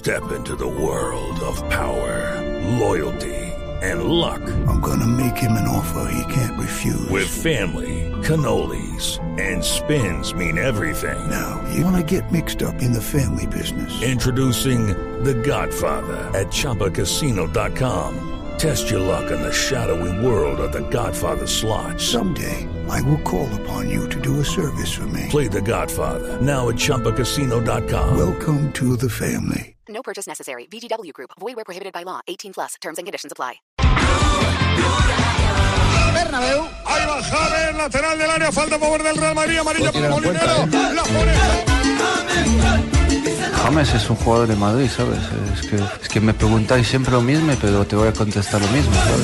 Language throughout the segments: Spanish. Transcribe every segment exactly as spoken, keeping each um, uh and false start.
Step into the world of power, loyalty, and luck. I'm gonna make him an offer he can't refuse. With family, cannolis, and spins mean everything. Now, you wanna get mixed up in the family business. Introducing The Godfather at Chumba Casino dot com. Test your luck in the shadowy world of The Godfather slot. Someday, I will call upon you to do a service for me. Play The Godfather now at Chumba Casino dot com. Welcome to the family. No purchase necessary. V G W Group. Void where prohibited by law. eighteen plus. Terms and conditions apply. Bernabéu. Ahí va James, lateral del área, falta a favor del Real Madrid, amarilla para Molinero. La pone. James es un jugador de Madrid, ¿sabes? Es que, es que me preguntáis siempre lo mismo, pero te voy a contestar lo mismo, ¿sabes?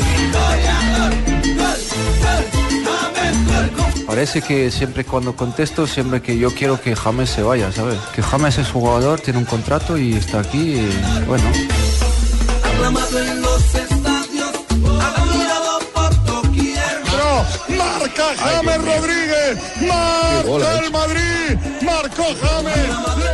Parece que siempre cuando contesto, siempre que yo quiero que James se vaya, ¿sabes? Que James es jugador, tiene un contrato y está aquí, y bueno. Marca James Rodríguez, marca el Madrid, marcó James.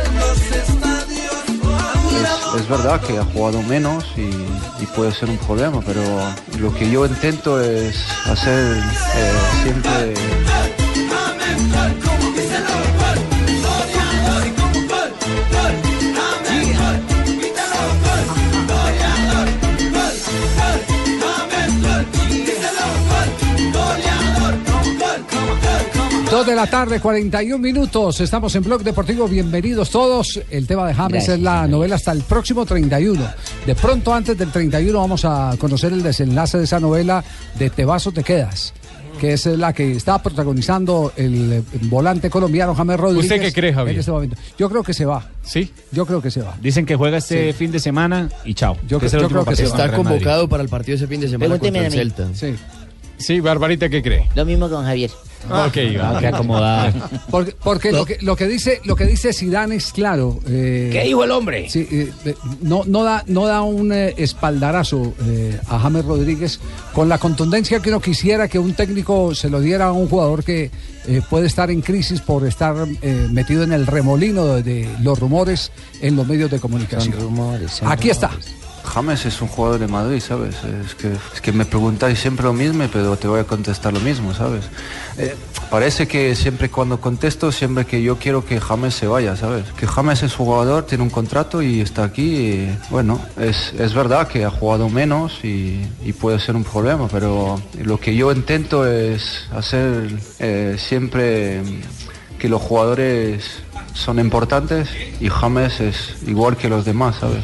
Es, es verdad que ha jugado menos y, y puede ser un problema, pero lo que yo intento es hacer eh, siempre... Dos de la tarde, cuarenta y un minutos. Estamos en Blog Deportivo. Bienvenidos todos. El tema de James Gracias, es la señor. novela hasta el próximo treinta y uno. De pronto, antes del treinta y uno, vamos a conocer el desenlace de esa novela de Te vas o te quedas, que es la que está protagonizando el volante colombiano James Rodríguez. ¿Usted qué cree, Javier? En este momento. Yo creo que se va. ¿Sí? Yo creo que se va. Dicen que juega este sí. fin de semana y chao. Yo, que yo creo que se está va. convocado para el partido ese fin de semana Pregúnteme contra el Celta. Sí. Sí, Barbarita, ¿qué cree? Lo mismo con Javier. Ah, ok, va, que acomodada. Porque, porque lo, que, lo que dice lo que dice Zidane es claro. Eh, ¿Qué dijo el hombre? Sí, eh, no, no, da, no da un eh, espaldarazo eh, a James Rodríguez con la contundencia que uno quisiera que un técnico se lo diera a un jugador que eh, puede estar en crisis por estar eh, metido en el remolino de, de los rumores en los medios de comunicación. Son rumores, son Aquí rumores. está. James es un jugador de Madrid, ¿sabes? Es que, es que me preguntáis siempre lo mismo, pero te voy a contestar lo mismo, ¿sabes? Eh, parece que siempre cuando contesto, siempre que yo quiero que James se vaya, ¿sabes? Que James es jugador, tiene un contrato y está aquí, y, bueno, es, es verdad que ha jugado menos y, y puede ser un problema, pero lo que yo intento es hacer eh, siempre que los jugadores son importantes y James es igual que los demás, ¿sabes?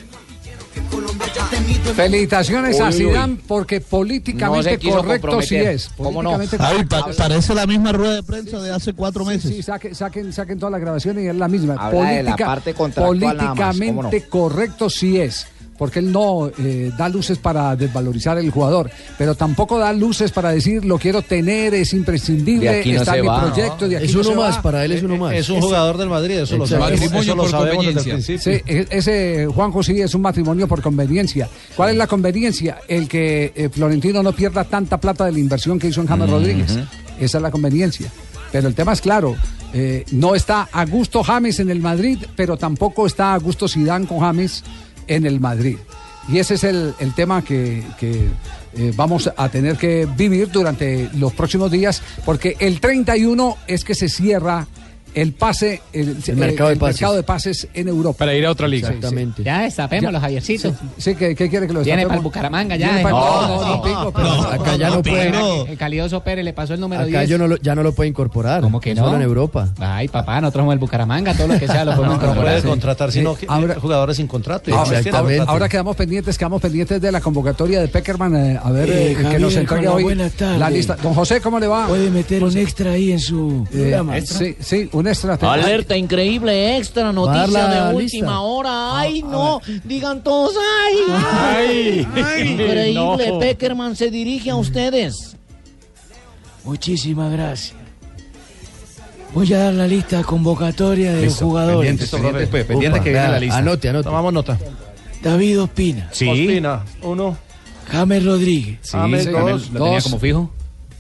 Felicitaciones uy, a uy. Zidane porque políticamente no correcto sí es. ¿Cómo no? Ay, pa parece la misma rueda de prensa de hace cuatro meses. Sí, sí saquen, saquen, saquen todas las grabaciones y es la misma. Habla Política, de la parte políticamente no? correcto sí es. Porque él no eh, da luces para desvalorizar el jugador, pero tampoco da luces para decir lo quiero tener, es imprescindible, no está en mi proyecto. No. De aquí es no uno se más, va. para él es uno más. Es un jugador del Madrid, eso Exacto. lo sabemos, Es, eso lo sabemos desde el principio. Sí, ese Juanjo sí es un matrimonio por conveniencia. ¿Cuál es la conveniencia? El que eh, Florentino no pierda tanta plata de la inversión que hizo en James mm-hmm. Rodríguez. Esa es la conveniencia. Pero el tema es claro, eh, no está a gusto James en el Madrid, pero tampoco está a gusto Zidane con James en el Madrid. Y ese es el, el tema que, que eh, vamos a tener que vivir durante los próximos días, porque el treinta y uno es que se cierra el pase, el, el, mercado, el, de el mercado de pases en Europa. Para ir a otra liga. Exactamente. Ya destapémoslo, Javiercito. Sí, sí ¿qué, ¿qué quiere que lo destapemos? Viene para el Bucaramanga ya. No, no, no, no, pico, pero no, acá ya no puede. No. El calidoso Pérez le pasó el número acá diez. Acá yo no lo, ya no lo puede incorporar. ¿Cómo que no? Solo en Europa. Ay, papá, nosotros somos el Bucaramanga, todo lo que sea lo podemos no, incorporar. No puede contratar sino sí. ahora, jugadores sin contrato. Ahora, ahora, ahora quedamos pendientes, quedamos pendientes de la convocatoria de Peckerman, eh, a ver eh, Javier, que nos entregue hoy la lista. Don José, ¿cómo le va? Puede meter un extra ahí en su programa. Eh, sí, sí, un extra. Alerta increíble. Extra, noticia de última lista. hora. Ay, no, digan todos, ay, ay, ay. Increíble, no. Peckerman se dirige a ustedes. Muchísimas gracias. Voy a dar la lista convocatoria de Listo, los jugadores. Pendiente, pendiente, pues, pendiente que viene la lista. Anote, anote. Tomamos nota. David Ospina. Sí. Ospina, uno. James Rodríguez. Sí, James, sí, James, ¿lo tenía como fijo?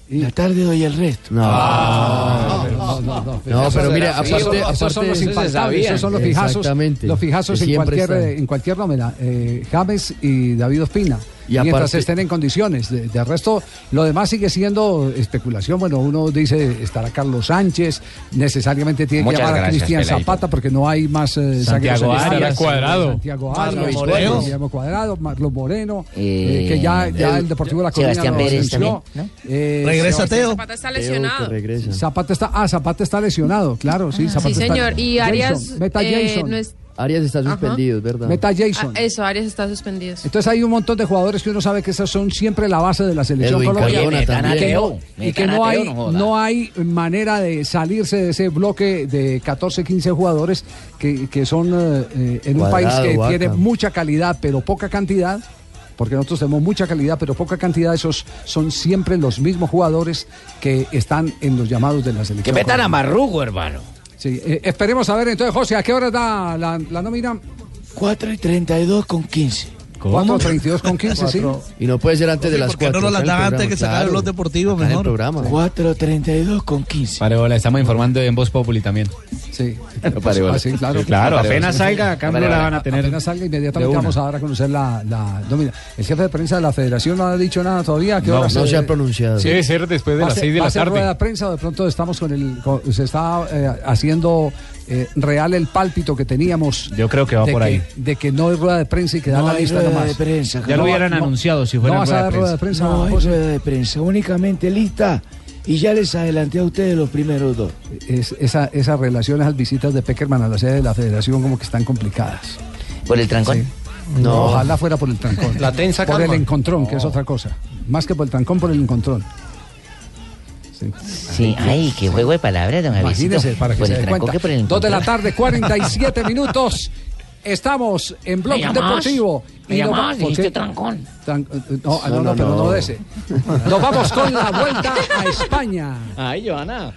La tarde doy el resto. No, no, no, no, no, no, pero mira, sí, aparte, esos aparte son los infaltables, esos son los fijazos, exactamente, los fijazos en cualquier, están. en cualquier nómina. Eh, James y David Ospina. Y mientras aparte, estén en condiciones. De, de resto, lo demás sigue siendo especulación. Bueno, uno dice, estará Carlos Sánchez, necesariamente tiene Muchas que llamar gracias, a Cristian Peladito. Zapata porque no hay más eh, Santiago Arias, Cuadrado. Santiago Marlon Arias, Moreno. Guillermo Cuadrado, Marlon Moreno, Eh, eh, que ya, ya el- el Deportivo La Coruña Sebastián lo Pérez anunció. también, Eh, Regresa Sebastián- Teo. Zapata está lesionado. regresa. Zapata está, ah, Zapata está lesionado, claro, sí, Zapata Sí, está- señor. Y Arias. Jason, meta eh, Jason. no es- Arias está Ajá. suspendido, es verdad. Meta Jason. Ah, eso, Arias está suspendido. Entonces hay un montón de jugadores que uno sabe que esos son siempre la base de la selección Edwin colombiana. Cardona Y que también. no- Y que no hay, no hay manera de salirse de ese bloque de catorce, quince jugadores que, que son eh, en un Cuadrado, país que Vaca. tiene mucha calidad pero poca cantidad. Porque nosotros tenemos mucha calidad, pero poca cantidad. Esos son siempre los mismos jugadores que están en los llamados de la selección. Que metan a colombiana. Marrugo, hermano. Sí, eh, esperemos a ver entonces, José, ¿a qué hora da la, la nómina? cuatro y treinta y dos con quince. cuatro treinta y dos con quince, sí. Y no puede ser antes de las ¿Por qué cuatro. no nos las acá en dan el antes que se programa, acabe el claro. blog deportivo Acá en el mejor? programa. cuatro treinta y dos con quince. Pareola, estamos informando en Voz Populi también. Sí. Pareola. Ah, sí, claro. Sí, claro, Pareola. apenas salga, acá no la van a tener. Apenas salga, inmediatamente de una. vamos a dar a conocer la, la nómina. El jefe de prensa de la federación no ha dicho nada todavía. ¿A qué No, hora No se ha pronunciado. Sí, debe ser después de ¿Va a las ser- seis de va la a ser rueda tarde. de prensa o de pronto estamos con el. con- se está eh, haciendo eh, real el pálpito que teníamos? Yo creo que va de por que, ahí. De que no hay rueda de prensa y que da No la hay lista rueda nomás. de prensa. Ya lo No, hubieran no- anunciado si No fuera vas a rueda dar de rueda de prensa. prensa. No hay José. rueda de prensa, únicamente lista. Y ya les adelanté a ustedes los primeros dos. Es, esa, esa relación, esas visitas de Peckerman a la sede de la federación como que están complicadas. ¿Por el trancón? Sí. No, ojalá fuera por el trancón. La tensa Por calma. el encontrón, que es otra cosa. Más que por el trancón, por el encontrón. Sí. Sí, ay, qué juego de palabras, don Javiercito. Imagínese, para que Por se el dé trancón cuenta. que por el Dos de la encontrón. tarde, cuarenta y siete minutos. Estamos en Blog ¿Me llamas? Deportivo. ¿Me nos llamas? va- ¿por Dijiste qué? trancón. Tran- no, ah, no, No, no, no, pero no. no de ese. Nos vamos con la vuelta a España. Ay, Joana.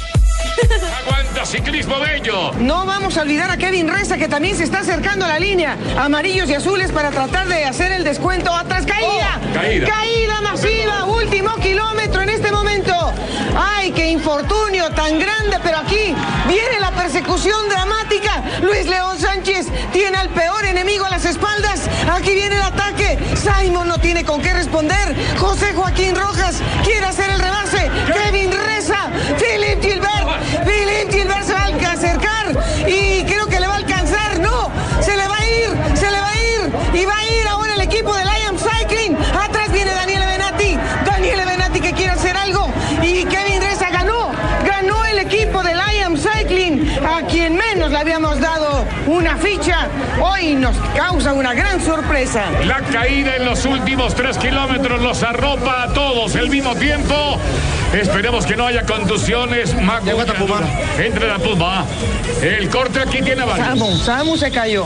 Aguanta Ciclismo Bello. No vamos a olvidar a Kevin Reza, que también se está acercando a la línea. Amarillos y azules para tratar de hacer el descuento. ¡Atrás, caída! Oh, caída. ¡Caída masiva! Último kilómetro en este momento. ¡Ay, qué infortunio tan grande! Pero aquí viene la persecución dramática. Luis León Sánchez tiene al peor enemigo a las espaldas. Aquí viene el ataque. Simon no tiene con qué responder. José Joaquín Rojas quiere hacer el rebase. Kevin Reza. Philip Gilbert. Philip Gilbert se va a acercar y creo que le va a alcanzar. No, se le va a ir, se le va a ir y va a ir ahora el equipo de Lion Cycling. Atrás viene Daniele Benatti. Daniele Benatti que quiere hacer algo y Kevin Reza ganó. Ganó el equipo de Lion Cycling, a quien menos le habíamos dado una ficha. Hoy nos causa una gran sorpresa. La caída en los últimos tres kilómetros los arropa a todos al mismo tiempo. Esperemos que no haya contusiones. Mago, entre la Puma. El corte aquí tiene varios. Samu, Samu se cayó.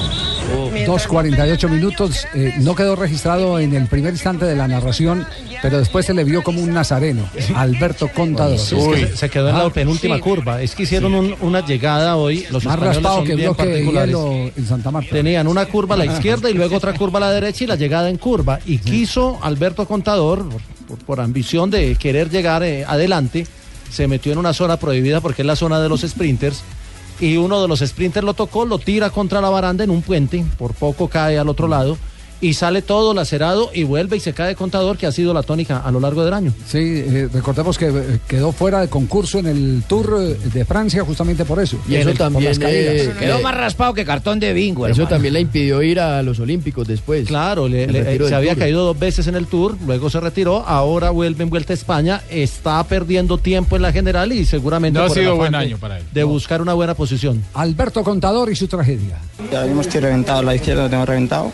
dos cuarenta y ocho minutos. Eh, no quedó registrado en el primer instante de la narración, pero después se le vio como un nazareno. Alberto Contador. Sí, es que se, se quedó en la Ah, penúltima sí. curva. Es que hicieron un- una llegada hoy. Los Más españoles raspado son que bien bloque de particulares. hielo en Santa Marta. Tenían una curva a la izquierda y luego otra curva a la derecha y la llegada en curva. Y quiso Alberto Contador, por, por- por ambición de querer llegar eh, adelante, se metió en una zona prohibida porque es la zona de los sprinters. Y uno de los sprinters lo tocó, lo tira contra la baranda en un puente, por poco cae al otro lado. Y sale todo lacerado y vuelve y se cae Contador, que ha sido la tónica a lo largo del año. Sí, eh, recordemos que eh, quedó fuera de concurso en el Tour eh, de Francia justamente por eso. Y eso En el- por también las caídas. eh, Quedó eh, más raspado que cartón de bingo, Eso hermano. también le impidió ir a los Olímpicos después. Claro, le- El le- retiro se del había Tour. caído dos veces en el Tour, luego se retiró, ahora vuelve en Vuelta a España, está perdiendo tiempo en la general y seguramente No ha por el sido afán buen de- año para él. de buscar una buena posición. Alberto Contador y su tragedia. Ya mismo estoy reventado, al lado izquierdo lo tengo reventado.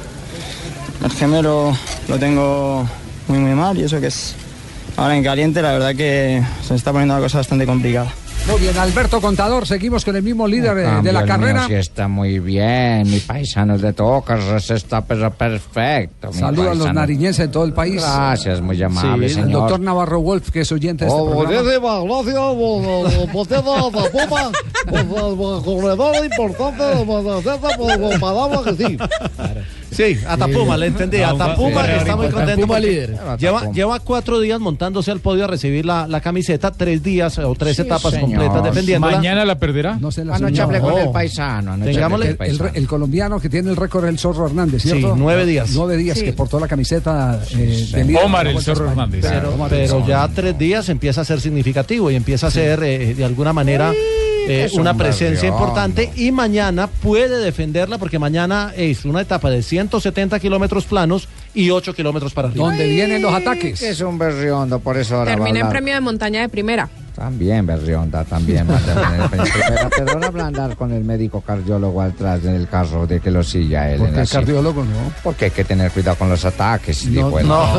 El gemelo lo tengo muy muy mal y eso que es ahora en caliente, la verdad que se me está poniendo una cosa bastante complicada. Muy bien, Alberto Contador, seguimos con el mismo líder eh, de la el carrera. mío sí está muy bien, mi paisano de Tocas está pero perfecto. mi Saludos a los paisano. nariñenses de todo el país. Gracias, muy amable, Sí, el señor. doctor Navarro Wolf, que es oyente de este Oh, programa. muchísimas gracias, usted corredor importante, palabra que sí. Sí, Atapuma, Sí. le entendí. Ah, un Atapuma corredor está muy importante. contento. Atapuma porque líder. Lleva, Atapuma. lleva cuatro días montándose al podio a recibir la, la camiseta, tres días o tres Sí, etapas señor. completas defendiéndola. ¿Mañana la perderá? No sé la Anoche señora. hablé con No. el paisano. anoche Tengámosle- hablé con El, el re- paisano. el colombiano que tiene el récord es el Zorro Hernández, ¿cierto? Sí, nueve días. Nueve días Sí. que portó la camiseta eh, de líder Omar, de la el Vuelta a Zorro España. Hernández. Pero, Omar, pero el ya Zorro. tres días empieza a ser significativo y empieza a ser eh, de alguna manera eh, es una un presencia berrión. importante y mañana puede defenderla porque mañana es una etapa de ciento setenta kilómetros planos y ocho kilómetros para arriba. Donde vienen los ataques. Es un berriondo, por eso ahora va a Termina en hablar. premio de montaña de primera. También berrionda, también. va a tener- pero, pero ahora va a andar con el médico cardiólogo atrás en el carro de que lo siga él. en Porque la el silla. cardiólogo no. Porque hay que tener cuidado con los ataques. No, dijo él. no,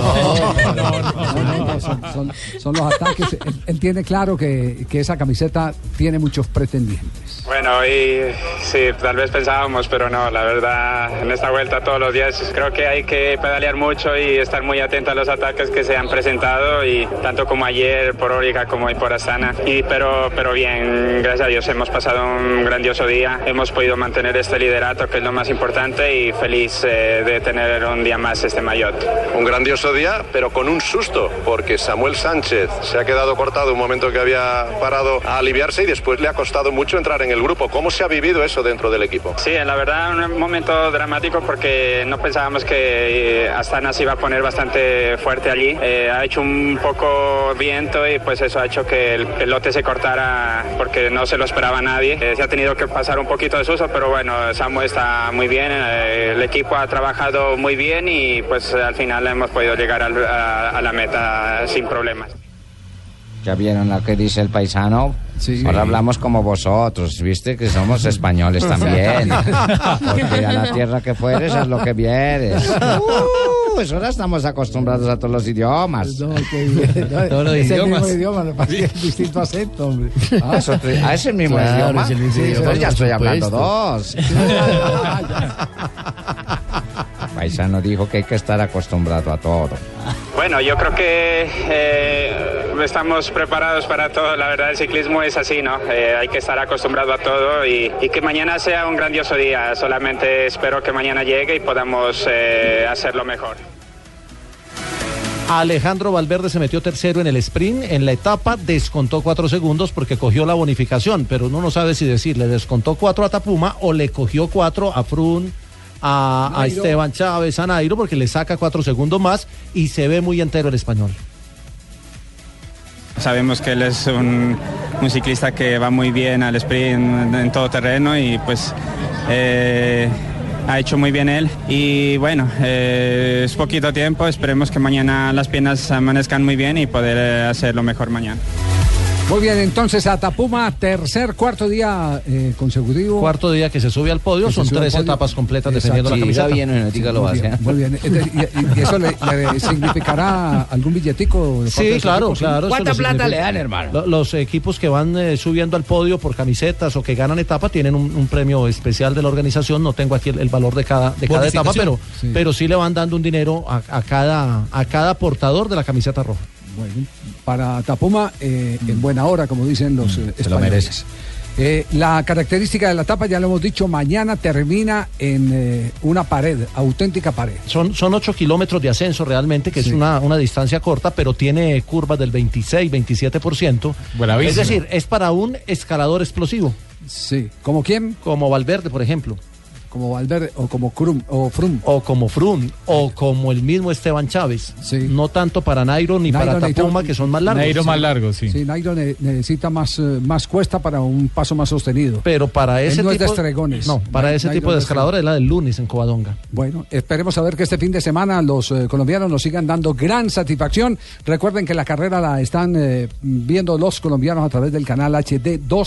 no, no, son, son- son los ataques. Él, él tiene claro que, que esa camiseta tiene muchos pretendientes. Bueno, y sí, tal vez pensábamos, pero no, la verdad, en esta vuelta todos los días creo que hay que pedalear mucho y estar muy atento a los ataques que se han presentado, y tanto como ayer por Origa como hoy por Astana. Y, pero, pero bien, gracias a Dios hemos pasado un grandioso día, hemos podido mantener este liderato, que es lo más importante, y feliz eh, de tener un día más este maillot. Un grandioso día, pero con un susto, porque Samuel Sánchez se ha quedado cortado un momento que había parado a aliviarse y después le ha costado mucho entrar en el grupo. ¿Cómo se ha vivido eso dentro del equipo? Sí, la verdad un momento dramático porque no pensábamos que eh, Astana se iba a poner bastante fuerte allí. Eh, ha hecho un poco viento y pues eso ha hecho que el, que el lote se cortara porque no se lo esperaba nadie. Eh, se ha tenido que pasar un poquito de susto, pero bueno, Samu está muy bien, eh, el equipo ha trabajado muy bien y pues al final hemos podido llegar al- a, a la meta sin problemas. ¿Ya vieron lo que dice el paisano? Sí. Ahora hablamos como vosotros, ¿viste? Que somos españoles también. Porque a la tierra que fueres, haz lo que vieres. Uh, pues ahora estamos acostumbrados a todos los idiomas. No, qué bien. No, Todos los es el idiomas. mismo idioma, lo que pasa es que es distinto acento, hombre. Ah, es otro- ah, es el mismo Claro, idioma. es el mismo Sí, idioma, entonces ya por estoy hablando supuesto. dos. Paisano dijo que hay que estar acostumbrado a todo. Bueno, yo creo que eh, estamos preparados para todo. La verdad, el ciclismo es así, ¿no? Eh, hay que estar acostumbrado a todo y, y que mañana sea un grandioso día. Solamente espero que mañana llegue y podamos eh, hacerlo mejor. Alejandro Valverde se metió tercero en el sprint. En la etapa descontó cuatro segundos porque cogió la bonificación, pero uno no sabe si decir, le descontó cuatro a Tapuma o le cogió cuatro a Frun, a, a Nairo. Esteban Chávez, a Nairo, porque le saca cuatro segundos más y se ve muy entero el español. Sabemos que él es un, un ciclista que va muy bien al sprint en todo terreno y pues eh, ha hecho muy bien él. Y bueno, eh, es poquito tiempo, esperemos que mañana las piernas amanezcan muy bien y poder eh, hacerlo mejor mañana. Muy bien, entonces Atapuma, tercer, cuarto día eh, consecutivo. Cuarto día que se sube al podio, Que se son sube al tres podio. etapas completas Exacto. defendiendo la Sí, camiseta. está bien, Enetica, lo hace, ¿eh? Muy bien. Entonces, y, y- y eso le, le significará algún billetico? de parte de Sí, sus claro, equipos, ¿sí? claro. eso significa- Lo- Los equipos que van eh, subiendo al podio por camisetas o que ganan etapa tienen un, un premio especial de la organización. No tengo aquí el, el valor de cada, de cada etapa, pero Sí. pero sí le van dando un dinero a, a cada, a cada portador de la camiseta roja. Bueno, para Atapuma, eh, en buena hora, como dicen los eh, se lo españoles. merece. Eh, la característica de la etapa, ya lo hemos dicho, mañana termina en eh, una pared, auténtica pared. Son, son ocho kilómetros de ascenso realmente, que Sí. es una, una distancia corta, pero tiene curvas del veintiséis, veintisiete por ciento. Bravísimo. Es decir, es para un escalador explosivo. Sí. ¿Como quién? Como Valverde, por ejemplo. Como Valverde o como Krum o Frum. O como Frum, o como el mismo Esteban Chávez. No tanto para Nairo ni Nairo para necesita- Tapuma, que son más largos. sí. Sí, Nairo ne- necesita más, eh, más cuesta para un paso más sostenido. Pero para Él ese no es de tipo estregones. No, para Nairo ese no tipo es de de escalador es la del lunes en Covadonga. Bueno, esperemos a ver que este fin de semana los eh, colombianos nos sigan dando gran satisfacción. Recuerden que la carrera la están eh, viendo los colombianos a través del canal H D dos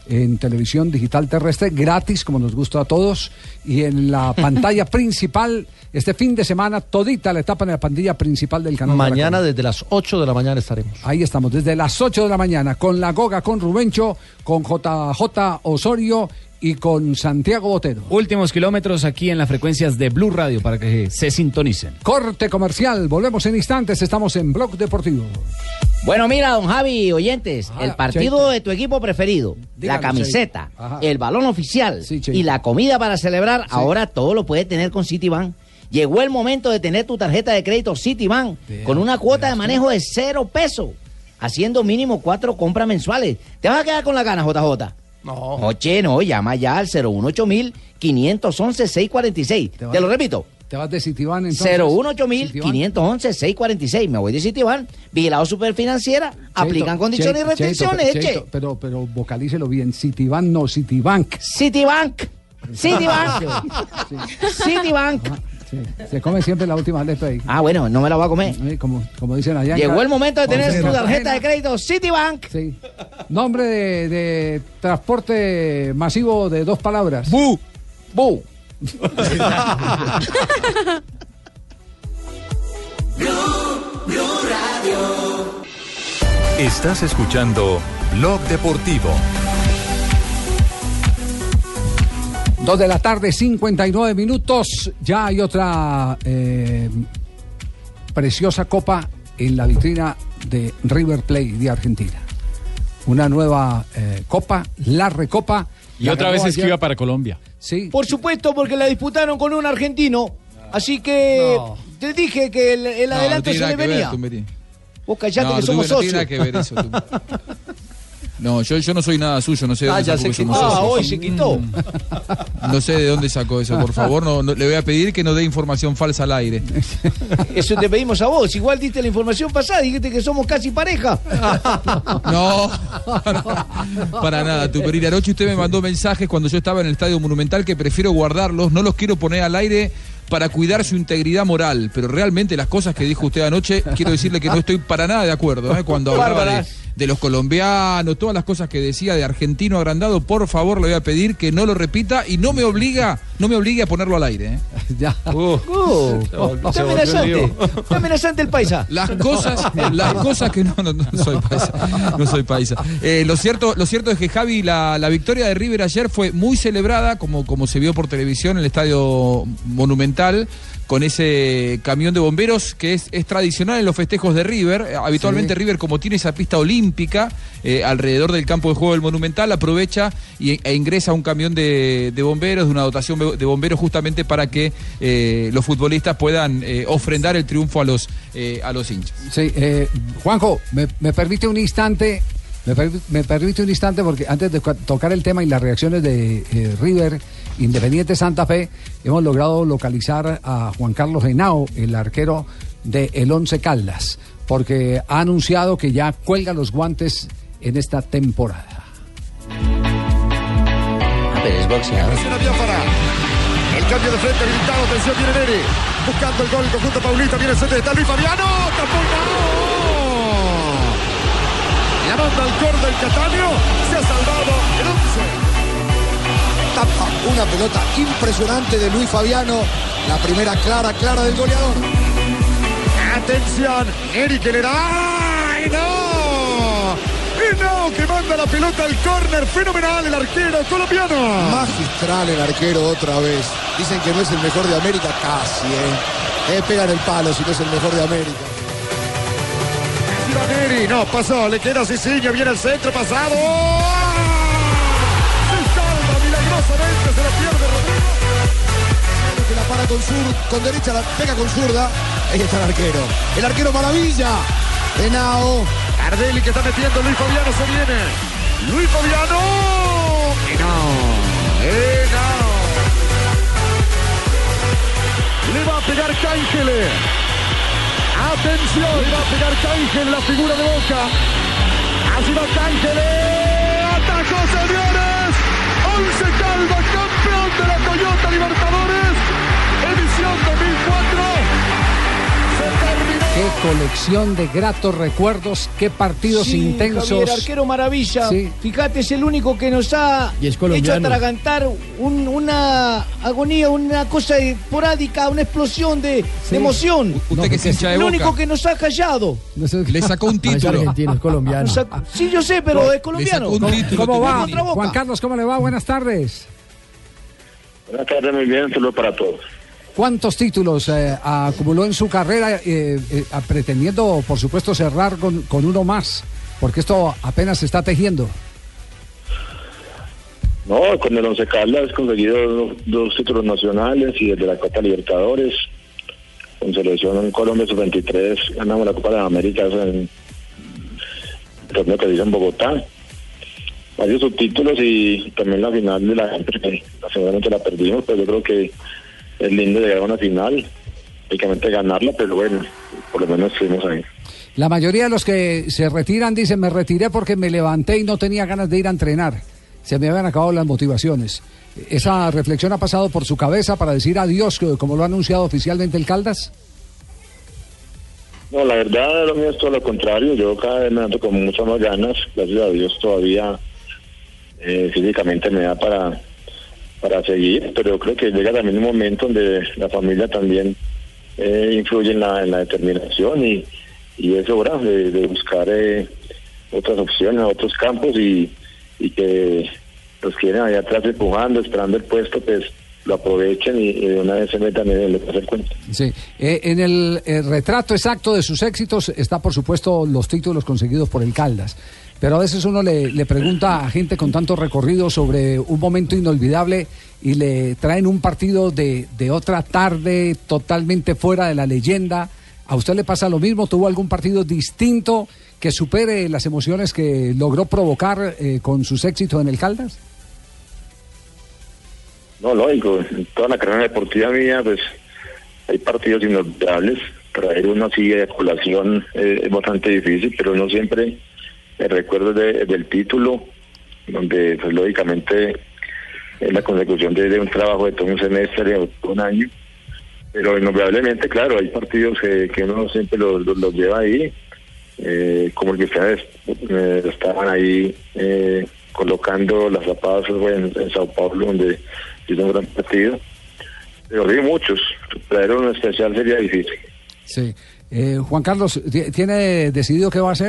en televisión digital terrestre, gratis, como nos gusta a todos, y en la pantalla principal, este fin de semana, todita la etapa en la pantalla principal del canal. Mañana desde las ocho de la mañana estaremos. Ahí estamos, desde las ocho de la mañana, con La Goga, con Rubencho, con J J Osorio y con Santiago Botero. Últimos kilómetros aquí en las frecuencias de Blue Radio para que se sintonicen. Corte comercial, volvemos en instantes, estamos en Blog Deportivo. Bueno, mira, don Javi, oyentes, Ah, el partido Cheito. de tu equipo preferido, Dígalo, la camiseta, Cheito. Ajá. el balón oficial Cheito. y la comida para celebrar, ahora todo lo puedes tener con Citibank. Llegó el momento de tener tu tarjeta de crédito Citibank con una cuota de manejo de cero pesos, haciendo mínimo cuatro compras mensuales. ¿Te vas a quedar con la gana, J J? No. Oye, no, llama ya al cero uno ocho mil quinientos once seiscientos cuarenta y seis. Te, vas- lo repito. ¿Te vas de Citibank entonces? cero uno ocho mil quinientos once seiscientos cuarenta y seis. Me voy de Citibank. Vigilado Superfinanciera. Aplican condiciones y Cheito, restricciones, Cheito, che. Cheito, pero, pero vocalícelo bien, Citibank no, Citibank. Citibank. Citibank. Citibank. Sí, se come siempre la última letra ahí. Ah, bueno, no me la voy a comer. Eh, Como, como dicen allá. en Llegó Ca- el momento de tener Once tu de tarjeta de Cartagena. crédito Citibank. Sí. Nombre de, de transporte masivo de dos palabras. Bu. Bu. Estás escuchando Blog Deportivo. Dos de la tarde, cincuenta y nueve minutos. Ya hay otra eh, preciosa copa en la vitrina de River Plate de Argentina. Una nueva eh, copa, la Recopa. Y La otra ganó vez es que ayer. iba para Colombia. Sí. Por supuesto, porque la disputaron con un argentino. Así que No. te dije que el, el No, adelanto no tiene se le nada que ver, venía. Tumberini. Vos callate No, que somos Tumberini, no socios. tiene nada que ver eso, Tumberini. No, yo, yo no soy nada suyo, no sé de Ah, dónde ya sacó se que somos quitó. Ah, socios. hoy se quitó. No sé de dónde sacó eso, por favor, no, no- le voy a pedir que no dé información falsa al aire. Eso te pedimos a vos. Igual diste la información pasada. Dijiste que somos casi pareja. No, para nada, Tumberini. Anoche usted me mandó mensajes cuando yo estaba en el Estadio Monumental que prefiero guardarlos, no los quiero poner al aire para cuidar su integridad moral, pero realmente las cosas que dijo usted anoche, quiero decirle que no estoy para nada de acuerdo, ¿eh? Cuando hablaba de, Bárbaras. de los colombianos, todas las cosas que decía de argentino agrandado, por favor le voy a pedir que no lo repita y no me obliga, no me obligue a ponerlo al aire, ¿eh? Ya. Uh, está amenazante. Está amenazante el paisa. Las cosas, las cosas que no, no, no soy paisa, no soy paisa. Eh, lo cierto, lo cierto es que Javi, la, la victoria de River ayer fue muy celebrada, como, como se vio por televisión en el Estadio Monumental, con ese camión de bomberos que es, es tradicional en los festejos de River. Eh, Habitualmente Sí. River, como tiene esa pista olímpica eh, alrededor del campo de juego del Monumental, aprovecha y, e ingresa un camión de, de bomberos, de una dotación de bomberos, justamente para que eh, los futbolistas puedan eh, ofrendar el triunfo a los, eh, a los hinchas. Sí, eh, Juanjo, me, me permite un instante, me, per- me permite un instante porque antes de cua- tocar el tema y las reacciones de eh, River, Independiente Santa Fe, hemos logrado localizar a Juan Carlos Henao, el arquero de el Once Caldas, porque ha anunciado que ya cuelga los guantes en esta temporada. Ah, pero es boxeador. Presiona Biafara. El cambio de frente habilitado. Atención, viene Neri. Buscando el gol, el conjunto Paulista. Viene el centro. Está Luis Fabiano. Tapó y ganó. La manda al cor del Catania. Se ha salvado el once. Tapa una pelota impresionante de Luis Fabiano. La primera clara, clara del goleador. Atención. Neri que le da. ¡Ay, no! ¡Y no! Que manda la pelota al córner. Fenomenal el arquero colombiano. Magistral el arquero otra vez. Dicen que no es el mejor de América, casi, ¿eh? Eh, pegan el palo si no es el mejor de América. Neri, no, pasó, le queda Cicinho, viene el centro, pasado. Se salva milagrosamente, se la pierde Rodrigo. Que la para con sur, con derecha, la pega con zurda. Ahí está el arquero. El arquero maravilla. Henao. Cardelli que está metiendo, Luis Fabiano se viene. Luis Fabiano. Henao. Henao. Le va a pegar Cángele. Atención, le va a pegar Cángel, la figura de Boca. Así va Cángel. Atajó, señores. Once Caldas, campeón de la Toyota Libertadores. Edición dos mil cuatro. Se terminó. Qué colección de gratos recuerdos, qué partidos Sí, intensos. Javier, arquero maravilla. Sí. Fíjate, es el único que nos ha Y es hecho colombiano. atragantar un- una agonía, una cosa esporádica, una explosión de, de emoción. Usted que es hincha de el Boca. único que nos ha callado. Le sacó un No es título. argentino, es colombiano. Nos ha- sí, yo sé, pero es colombiano. Le sacó un título. ¿Cómo va? Otra Boca. Juan Carlos, ¿cómo le va? Buenas tardes. Buenas tardes, muy bien, saludos para todos. ¿Cuántos títulos eh, acumuló en su carrera, eh, eh, pretendiendo, por supuesto, cerrar con, con uno más? Porque esto apenas se está tejiendo. No, con el Once Caldas he conseguido dos, dos títulos nacionales y desde la Copa Libertadores. Con selección en Colombia sub veintitrés ganamos la Copa de América en el torneo que se hizo en Bogotá. Varios subtítulos y también la final de la que seguramente la perdimos, pero yo creo que es lindo llegar a una final, únicamente ganarla, pero bueno, por lo menos estuvimos ahí. La mayoría de los que se retiran dicen, me retiré porque me levanté y no tenía ganas de ir a entrenar. Se me habían acabado las motivaciones. ¿Esa reflexión ha pasado por su cabeza para decir adiós, como lo ha anunciado oficialmente el Caldas? No, la verdad, lo mío es todo lo contrario. Yo cada vez me ando con muchas más ganas. Gracias a Dios todavía eh, físicamente me da para, para seguir, pero yo creo que llega también un momento donde la familia también eh, influye en la, en la determinación y, y es hora de, de buscar eh, otras opciones, otros campos y, y que los quieren allá atrás empujando, esperando el puesto, pues lo aprovechen y, y de una vez se metan en el hacer cuenta. Sí. Eh, en el, eh, retrato exacto de sus éxitos está, por supuesto, los títulos conseguidos por el Caldas. Pero a veces uno le, le pregunta a gente con tanto recorrido sobre un momento inolvidable y le traen un partido de, de otra tarde totalmente fuera de la leyenda. ¿A usted le pasa lo mismo? ¿Tuvo algún partido distinto que supere las emociones que logró provocar eh, con sus éxitos en el Caldas? No, lógico, en toda la carrera deportiva mía, pues hay partidos inolvidables. Traer uno así de colación eh, es bastante difícil, pero no siempre me recuerdo de, del título, donde pues lógicamente es la consecución de, de un trabajo de todo un semestre o un año. Pero inolvidablemente, claro, hay partidos que, que uno siempre los, los, los lleva ahí, eh, como el que ustedes eh, estaban ahí eh, colocando las zapatas bueno, en, en Sao Paulo, donde hizo un gran partido. Pero hay muchos, traer uno especial sería difícil. Sí. Eh, Juan Carlos, ¿tiene decidido qué va a hacer?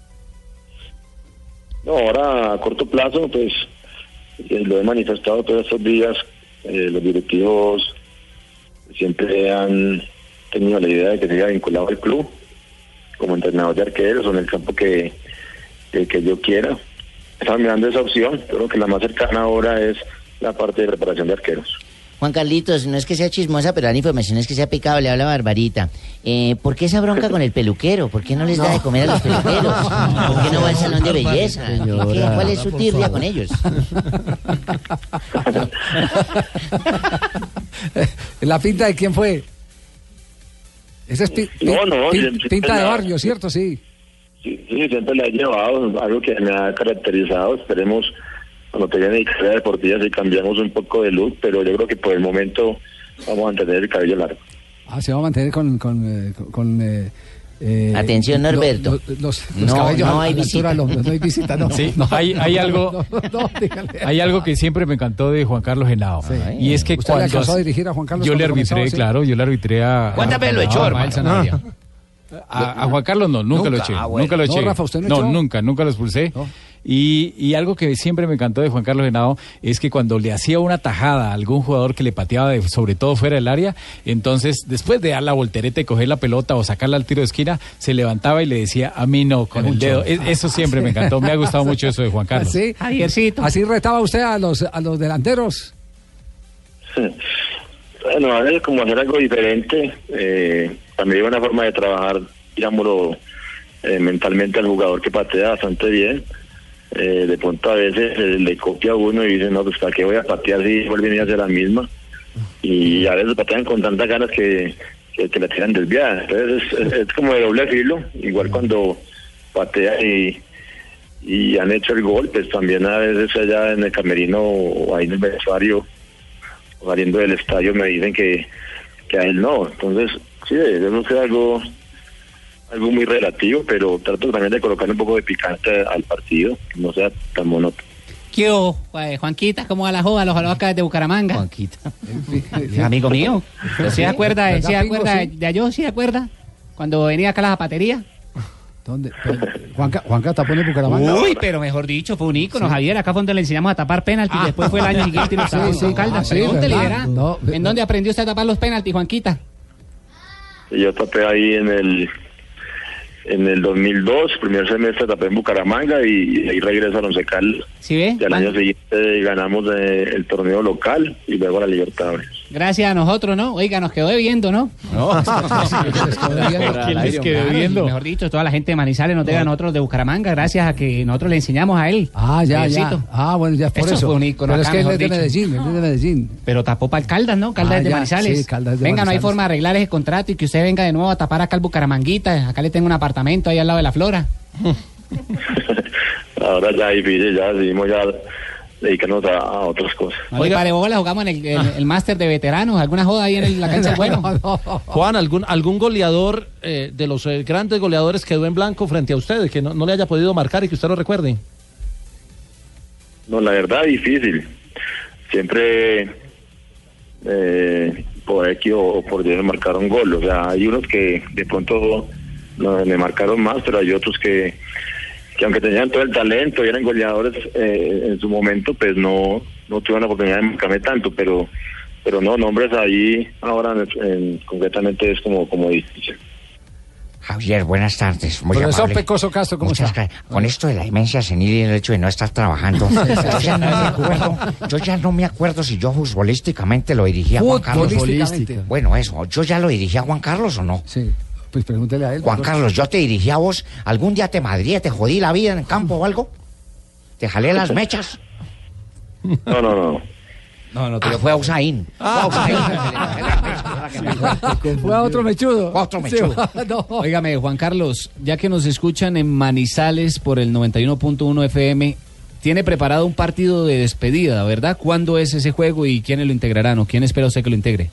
No, ahora a corto plazo, pues eh, lo he manifestado todos estos días, eh, los directivos siempre han tenido la idea de que se haya vinculado al club como entrenador de arqueros o en el campo que, que, que yo quiera. Estaba mirando esa opción, creo que la más cercana ahora es la parte de preparación de arqueros. Juan Carlitos, no es que sea chismosa, pero la información es que sea pecado, le habla Barbarita. Eh, ¿Por qué esa bronca con el peluquero? ¿Por qué no les da de comer a los peluqueros? ¿Por qué no va al salón de belleza? ¿Qué, qué, ¿Cuál es su tirria con ellos? ¿La pinta de quién fue? Esa es pi- No, no, pi- siempre pinta de la- barrio, ¿cierto? Sí. Sí, sí, siempre la he llevado, algo que me ha caracterizado. Esperemos cuando tenga mi carrera deportiva si cambiamos un poco de look, pero yo creo que por el momento vamos a mantener el cabello largo. Ah, se va a mantener con... con, eh, con, con, eh, eh, Atención, lo- Norberto. lo- los, los No, cabellos no a- hay a la altura de los hombros. No hay visita, no. Sí, no, hay, hay no, algo, no, no, no, dígale. hay algo que siempre me encantó de Juan Carlos Henao. Y es que ¿Usted le cuando alcanzó a hace- dirigir a Juan Carlos yo le cuando comenzaba, arbitré, sí? claro, yo le arbitré a ¿Cuántas a- veces lo a- echó, a hermano? Mael Sanabria. A, a Juan Carlos no, nunca, Nunca. lo eché, Ah, bueno. nunca lo No, eché. Rafa, ¿usted no no, echó? nunca, nunca lo expulsé. Y, y algo que siempre me encantó de Juan Carlos Henao es que cuando le hacía una tajada a algún jugador que le pateaba, de, sobre todo fuera del área, entonces después de dar la voltereta y coger la pelota o sacarla al tiro de esquina, se levantaba y le decía, a mí no, con el dedo. Es- eso siempre me encantó, me ha gustado mucho eso de Juan Carlos. ¿Sí? ¿Así retaba usted a los, a los delanteros? Bueno, a veces como hacer algo diferente, eh, también hay una forma de trabajar, digámoslo, eh, mentalmente al jugador que patea bastante bien. Eh, de pronto a veces eh, le copia a uno y dice, no, pues ¿para qué voy a patear si vuelven a hacer la misma? Y a veces patean con tantas ganas que, que, que la tiran desviada. Entonces es, es, es como de doble filo, igual cuando patea y, y han hecho el gol, pues también a veces allá en el camerino o ahí en el vestuario o saliendo del estadio me dicen que, que a él no. Entonces, sí, eso es algo algo muy relativo, pero trato también de colocar un poco de picante al partido, que no sea tan monótono. ¿Qué hubo, eh, Juanquita? ¿Cómo va la joda? Los acá de Bucaramanga. Juanquita. Amigo mío. ¿Sí se acuerda, ¿Verdad, ¿sí se Pingo, acuerda sí? de, de yo? ¿Sí se acuerda? Cuando venía acá a la zapatería. ¿Dónde? Juanca, Juanca tapó en el Bucaramanga. Uy, pero mejor dicho, fue un ícono, Sí. Javier. Acá fue donde le enseñamos a tapar penaltis. Después fue el año siguiente y nos Sí, tapó sí. con Caldas. Ah, sí, Pregúntele, ¿verdad? verá. No, ¿En dónde aprendió usted a tapar los penaltis, Juanquita? Y yo tapé ahí en el en el dos mil dos, primer semestre tapé en Bucaramanga y, y ahí regreso a Once Caldas. ¿Sí ve? Y al año siguiente ganamos eh, el torneo local y luego la Libertadores. Gracias a nosotros, ¿no? Oiga, nos quedó debiendo, ¿no? No. ¿Quién les quedó debiendo? Mejor dicho, toda la gente de Manizales nos debe a nosotros de Bucaramanga, gracias a que nosotros le enseñamos a él. Ah, ya, ya. Javiercito. Ah, bueno, ya por Eso eso. fue un ícono Pero es acá, que él mejor es de dicho. Medellín, él es de Medellín. Pero tapó para el Caldas, ¿no? Caldas Ah, es de ya, Manizales. sí, Caldas es de Venga, no hay Manizales. forma de arreglar ese contrato y que usted venga de nuevo a tapar acá el Bucaramanguita. Acá le tengo un apartamento ahí al lado de la Flora. Ahora ya difícil, ya decidimos ya dedicarnos a, a otras cosas. Oiga, para bola jugamos en el, el, el máster de veteranos. ¿Alguna joda ahí en el- la cancha del bueno? Juan, ¿algún, algún goleador eh, de los eh, grandes goleadores quedó en blanco frente a usted, que no, no le haya podido marcar y que usted lo recuerde? No, la verdad difícil. Siempre eh, por X o por Y me marcaron gol. O sea, hay unos que de pronto no, me marcaron más, pero hay otros que, que aunque tenían todo el talento y eran goleadores eh, en su momento, pues no no tuvieron la oportunidad de marcarme tanto. Pero pero no, nombres ahí ahora en- en- concretamente es como, como difícil. Javier, buenas tardes. Muy Profesor amable. Pecoso Castro, ¿cómo Muchas está? gracias. Con esto de la demencia senil y el hecho de no estar trabajando, yo ya no me acuerdo, yo ya no me acuerdo si yo futbolísticamente lo dirigía a Juan Carlos. Futbolísticamente. Bueno, eso, ¿yo ya lo dirigía a Juan Carlos o no? Sí, pues pregúntele a él. Juan doctor. Carlos, yo te dirigí a vos, ¿algún día te madría, te jodí la vida en el campo o algo? ¿Te jalé las mechas? No, no, no. No, no, pero fue a Usain. Fue a Usain. Fue a otro mechudo. Otro mechudo. Sí, no. Óigame, Juan Carlos, ya que nos escuchan en Manizales por el noventa y uno punto uno F M, tiene preparado un partido de despedida, ¿verdad? ¿Cuándo es ese juego y quiénes lo integrarán o quién espera usted que lo integre?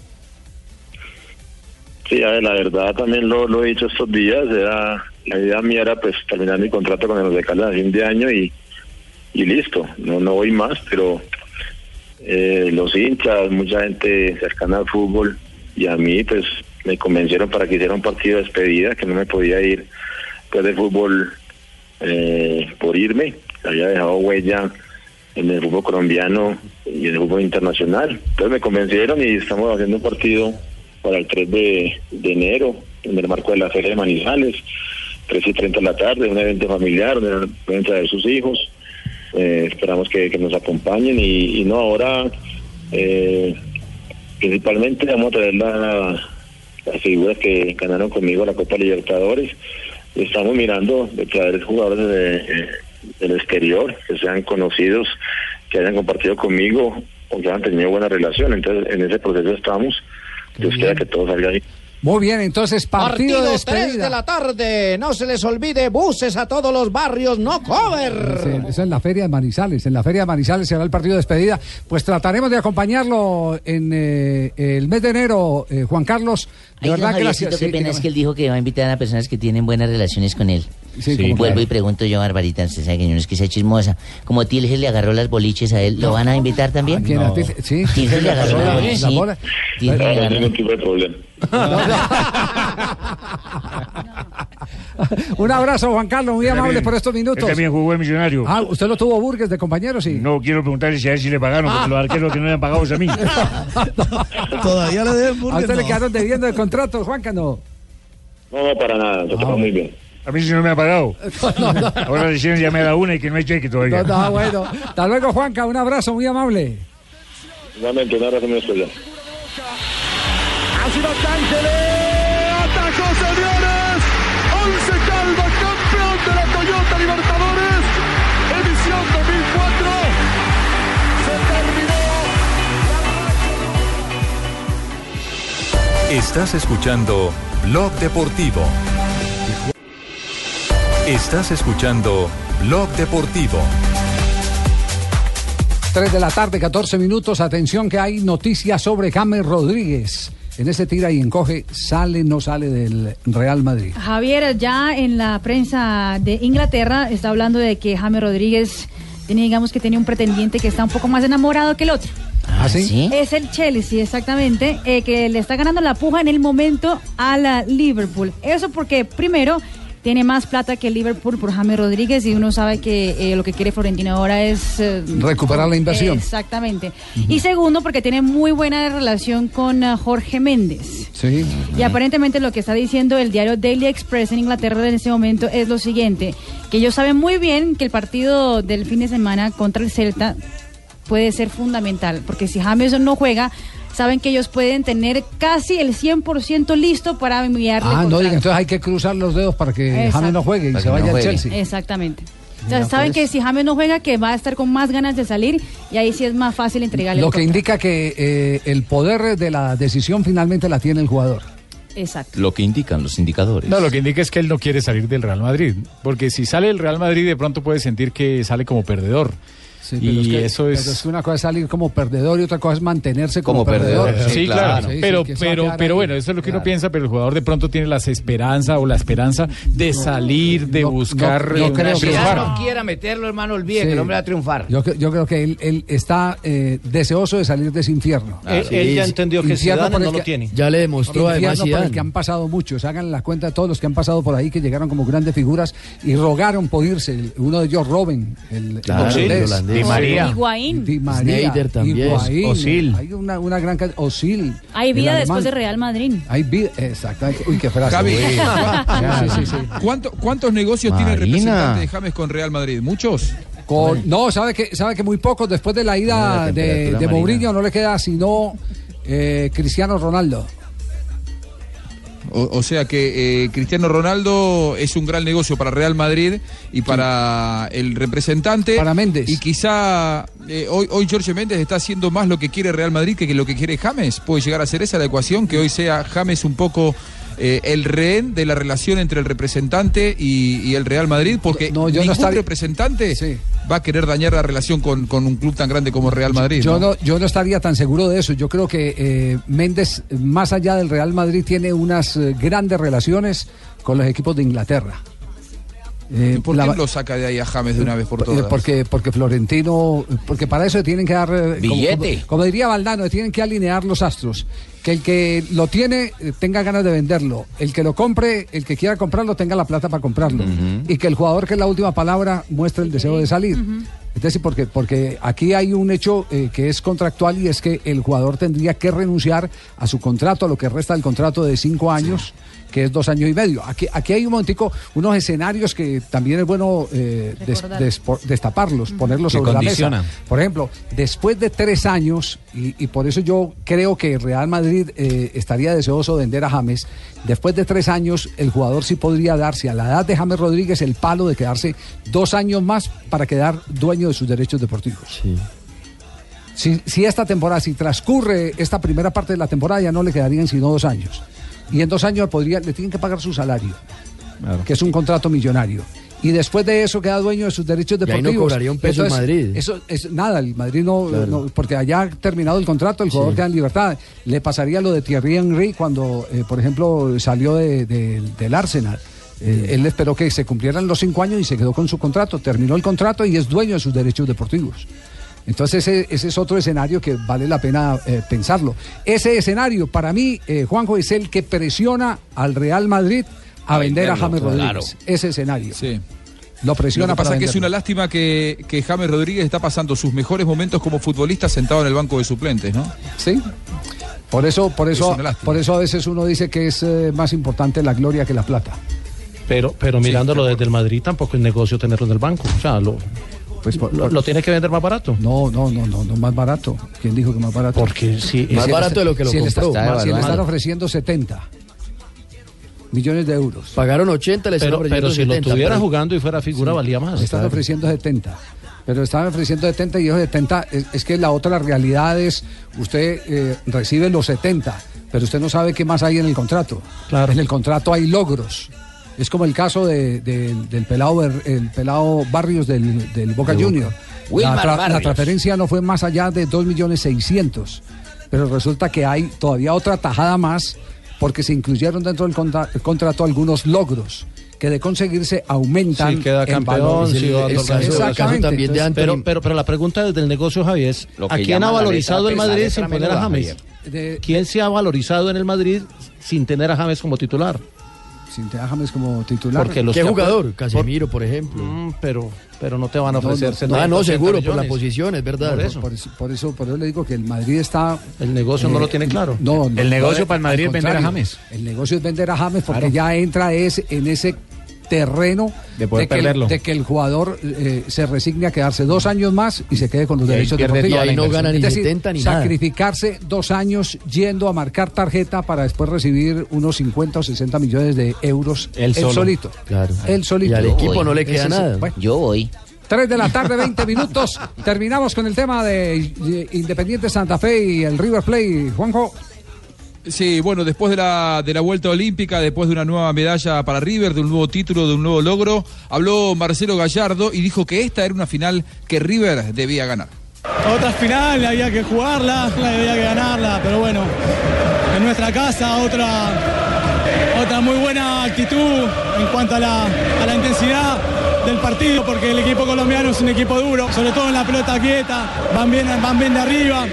Sí, a ver, la verdad también lo, lo he dicho estos días. Era, la idea mía era pues terminar mi contrato con el Once Caldas a fin de año y, y listo. No, no voy más, pero eh, los hinchas, mucha gente cercana al fútbol y a mí pues me convencieron para que hiciera un partido de despedida, que no me podía ir pues de fútbol eh, por irme. Había dejado huella en el fútbol colombiano y en el fútbol internacional. Entonces me convencieron y estamos haciendo un partido para el tres de, de enero en el marco de la Feria de Manizales, tres y treinta de la tarde, un evento familiar donde pueden traer sus hijos. Eh, esperamos que, que nos acompañen y, y no ahora eh, principalmente vamos a traer la, las figuras que ganaron conmigo la Copa Libertadores. Estamos mirando de traer jugadores de, eh, del exterior que sean conocidos, que hayan compartido conmigo o que hayan tenido buena relación. Entonces en ese proceso estamos. Dios quiera que todo salga bien. Muy bien, entonces partido, de tres despedida. de la tarde. No se les olvide, buses a todos los barrios, no cover. Sí, eso en la Feria de Manizales. En la Feria de Manizales será el partido de despedida. Pues trataremos de acompañarlo en eh, el mes de enero, eh, Juan Carlos. De Ay, verdad, no, gracias. Javiercito, qué Sí, pena dígame. es que él dijo que va a invitar a personas que tienen buenas relaciones con él. Sí, como Vuelvo claro. y pregunto yo, Barbarita, usted sabe que yo no es que sea chismosa. Como Tilger le agarró las boliches a él, ¿lo van a invitar también? ¿Quién? ¿A Tilger? Sí. Tilger le agarró La las bola, boliches. la sí. bola. Tilger le No, no agarró- hay ningún tipo de problema. Un abrazo, Juan Carlos, muy Él amable también- por estos minutos. Él también jugó en Millonario. Ah, ¿usted lo tuvo Burgues de compañero, sí? No quiero preguntarle si a él sí le pagaron, porque los arqueros que no le han pagado es a mí. Todavía le deben Burgues, A usted le no. quedaron debiendo el contrato, Juanca, no. No, no, para nada, se toma muy bien. A mí sí no me ha pagado. Ahora recién llamé a la una y que no hay cheque todavía. No, no, bueno. Hasta luego, Juanca, un abrazo muy amable. Igualmente, un abrazo muy especial. Ha sido Cángele, atacó señores, Once Caldas, campeón de la Toyota Libertadores, edición dos mil cuatro, se terminó. Estás escuchando Blog Deportivo. Estás escuchando Blog Deportivo. tres de la tarde, catorce minutos. Atención que hay noticias sobre James Rodríguez. en ese tira y encoge, sale, no sale del Real Madrid. Javier, ya en la prensa de Inglaterra está hablando de que James Rodríguez tiene, digamos que tiene un pretendiente que está un poco más enamorado que el otro. ¿Ah, sí? Es el Chelsea, exactamente, eh, que le está ganando la puja en el momento a la Liverpool. Eso porque, primero, tiene más plata que el Liverpool por James Rodríguez y uno sabe que eh, lo que quiere Florentino ahora es... Eh, recuperar la inversión. Exactamente. Uh-huh. Y segundo, porque tiene muy buena relación con uh, Jorge Méndez. Sí. Uh-huh. Y aparentemente lo que está diciendo el diario Daily Express en Inglaterra en este momento es lo siguiente, que ellos saben muy bien que el partido del fin de semana contra el Celta puede ser fundamental, porque si James no juega, saben que ellos pueden tener casi el cien por ciento listo para enviarle. Ah, no digan, entonces hay que cruzar los dedos para que Exacto. James no juegue y para se vaya no al Chelsea. Exactamente. Entonces saben pues. que si James no juega, que va a estar con más ganas de salir y ahí sí es más fácil entregarle. Lo el que contrato. indica que eh, el poder de la decisión finalmente la tiene el jugador. Exacto. Lo que indican los indicadores. No, lo que indica es que él no quiere salir del Real Madrid, porque si sale del Real Madrid de pronto puede sentir que sale como perdedor. Sí, pero y es que, eso es... pero es que una cosa es salir como perdedor y otra cosa es mantenerse como, como perdedor. perdedor. Sí, sí, claro. Sí, pero, sí, pero, pero bueno, eso es lo que claro. uno piensa, pero el jugador de pronto tiene la esperanza o la esperanza de salir, de no, buscar... No, no, no creo que no quiera meterlo, hermano, olvide sí. que el hombre va a triunfar. Yo, yo creo que él, él está eh, deseoso de salir de ese infierno. Ah, él, sí, él ya entendió que Zidane no lo tiene. Ya le demostró además Zidane. Por el que han pasado muchos, hagan la cuenta de todos los que han pasado por ahí, que llegaron como grandes figuras y rogaron por irse. Uno de ellos, Robben, el, claro, el holandés. holandés. Di María. Higuaín. Di María. Schneider también. Higuaín. Osil. Hay una, una gran cantidad. Osil. Hay vida después de Real Madrid. Hay vida, exactamente. Uy, qué frase. Javi, sí, sí, sí. ¿Cuánto, ¿cuántos negocios Marina. tiene el representante de James con Real Madrid? ¿Muchos? Con, no, sabe que sabe que muy pocos. Después de la ida de, de Mourinho no le queda sino eh, Cristiano Ronaldo. O, o sea que eh, Cristiano Ronaldo es un gran negocio para Real Madrid y para sí. el representante. Para Méndez. Y quizá eh, hoy, hoy Jorge Méndez está haciendo más lo que quiere Real Madrid que lo que quiere James. Puede llegar a ser esa la ecuación, que hoy sea James un poco... Eh, el rehén de la relación entre el representante y, y el Real Madrid, porque no, yo ningún no estaría... representante sí. va a querer dañar la relación con, con un club tan grande como Real Madrid. Yo ¿no? no, yo no estaría tan seguro de eso. Yo creo que eh, Méndez, más allá del Real Madrid, tiene unas eh, grandes relaciones con los equipos de Inglaterra. Eh, ¿Y por qué la... lo saca de ahí a James de una vez por todas? Porque, porque Florentino, porque para eso tienen que dar billete. Como, como diría Valdano, tienen que alinear los astros. Que el que lo tiene tenga ganas de venderlo, el que lo compre, el que quiera comprarlo tenga la plata para comprarlo, uh-huh. y que el jugador, que es la última palabra, muestre el deseo de salir. Uh-huh. Es decir, porque, porque aquí hay un hecho eh, que es contractual, y es que el jugador tendría que renunciar a su contrato, a lo que resta del contrato de cinco años, sí. que es dos años y medio. Aquí, aquí hay un momentico, unos escenarios que también es bueno eh, des, des, destaparlos, uh-huh. ponerlos sobre condiciona. la mesa. Por ejemplo, después de tres años, y, y por eso yo creo que Real Madrid eh, estaría deseoso de vender a James, después de tres años el jugador sí podría darse a la edad de James Rodríguez el palo de quedarse dos años más para quedar dueño de sus derechos deportivos. Sí. Si, si esta temporada, si transcurre esta primera parte de la temporada, ya no le quedarían sino dos años. Y en dos años podría, le tienen que pagar su salario, claro. que es un contrato millonario. Y después de eso queda dueño de sus derechos deportivos. Y ahí no cobraría un peso Entonces, en Madrid. Eso es nada, el Madrid no, claro. no, porque allá ha terminado el contrato, el jugador sí. queda en libertad. Le pasaría lo de Thierry Henry cuando, eh, por ejemplo, salió de, de, del Arsenal. Eh, él esperó que se cumplieran los cinco años y se quedó con su contrato. Terminó el contrato y es dueño de sus derechos deportivos. Entonces ese, ese es otro escenario que vale la pena eh, pensarlo. Ese escenario, para mí, eh, Juanjo, es el que presiona al Real Madrid a, a vender a James Rodríguez. Claro. Ese escenario. Sí. Lo presiona. Lo que pasa para es que es una lástima que, que James Rodríguez está pasando sus mejores momentos como futbolista sentado en el banco de suplentes, ¿no? Sí. Por eso, por eso, por eso a veces uno dice que es eh, más importante la gloria que la plata. Pero, pero mirándolo sí, desde el Madrid tampoco es negocio tenerlo en el banco. O sea, lo, pues por, lo, por, lo tiene que vender más barato. No, no, no, no, no más barato. ¿Quién dijo que más barato? Porque sí, más si barato está, de lo que lo si compró. Está, si le están ofreciendo setenta millones de euros. Pagaron ochenta, le pero, pero si setenta, lo estuviera pero... jugando y fuera figura sí, valía más. Le están ofreciendo setenta. Pero estaban ofreciendo setenta y esos setenta, es, es que la otra realidad es, usted eh, recibe los setenta, pero usted no sabe qué más hay en el contrato. Claro. En el contrato hay logros. Es como el caso de, de, del pelado el pelado Barrios del, del Boca de Junior. La, tra, la transferencia no fue más allá de dos millones seiscientos. pero resulta que hay todavía otra tajada más porque se incluyeron dentro del contra- contrato algunos logros que de conseguirse aumentan Sí, queda en campeón, valor. sí, va a Es- otorgar- exactamente. Entonces, pero, pero, pero la pregunta desde el negocio, Javier, es Lo ¿a que quién ha llaman la valorizado letra el P, la Madrid letra sin poner a menuda, James? Javier. De- ¿Quién se ha valorizado en el Madrid sin tener a James como titular? Sin tener a James como titular. Porque los ¿Qué que- jugador? por- Casemiro, por ejemplo. Mm, pero, pero no te van a ofrecer No, setenta, no, ah, no, ochenta seguro, por la millones. posición, es verdad. Por Por eso. Por eso, por eso, por eso le digo que el Madrid está... El negocio no lo tiene claro. No, no, El negocio no, para el Madrid al es vender a contrario. James. El negocio es vender a James porque Claro. ya entra es en ese terreno De poder que, el, perderlo. de que el jugador eh, se resigne a quedarse dos años más y se quede con los Y ahí derechos pierde deportivos. toda la Y ahí no inversión. gana ni Es decir, setenta ni nada. sacrificarse dos años yendo a marcar tarjeta para después recibir unos cincuenta o sesenta millones de euros Él él solo. solito. Claro. Él solito. Y al equipo Voy. no le queda Ese es- nada. bueno. Yo voy. tres de la tarde, veinte minutos. Terminamos con el tema de eh, Independiente Santa Fe y el River Plate. Juanjo. Sí, bueno, después de la, de la vuelta olímpica, después de una nueva medalla para River, de un nuevo título, de un nuevo logro, habló Marcelo Gallardo y dijo que esta era una final que River debía ganar. Otra final, había que jugarla, había que ganarla, pero bueno, en nuestra casa otra, otra muy buena actitud en cuanto a la, a la intensidad del partido, porque el equipo colombiano es un equipo duro, sobre todo en la pelota quieta, van bien, van bien de arriba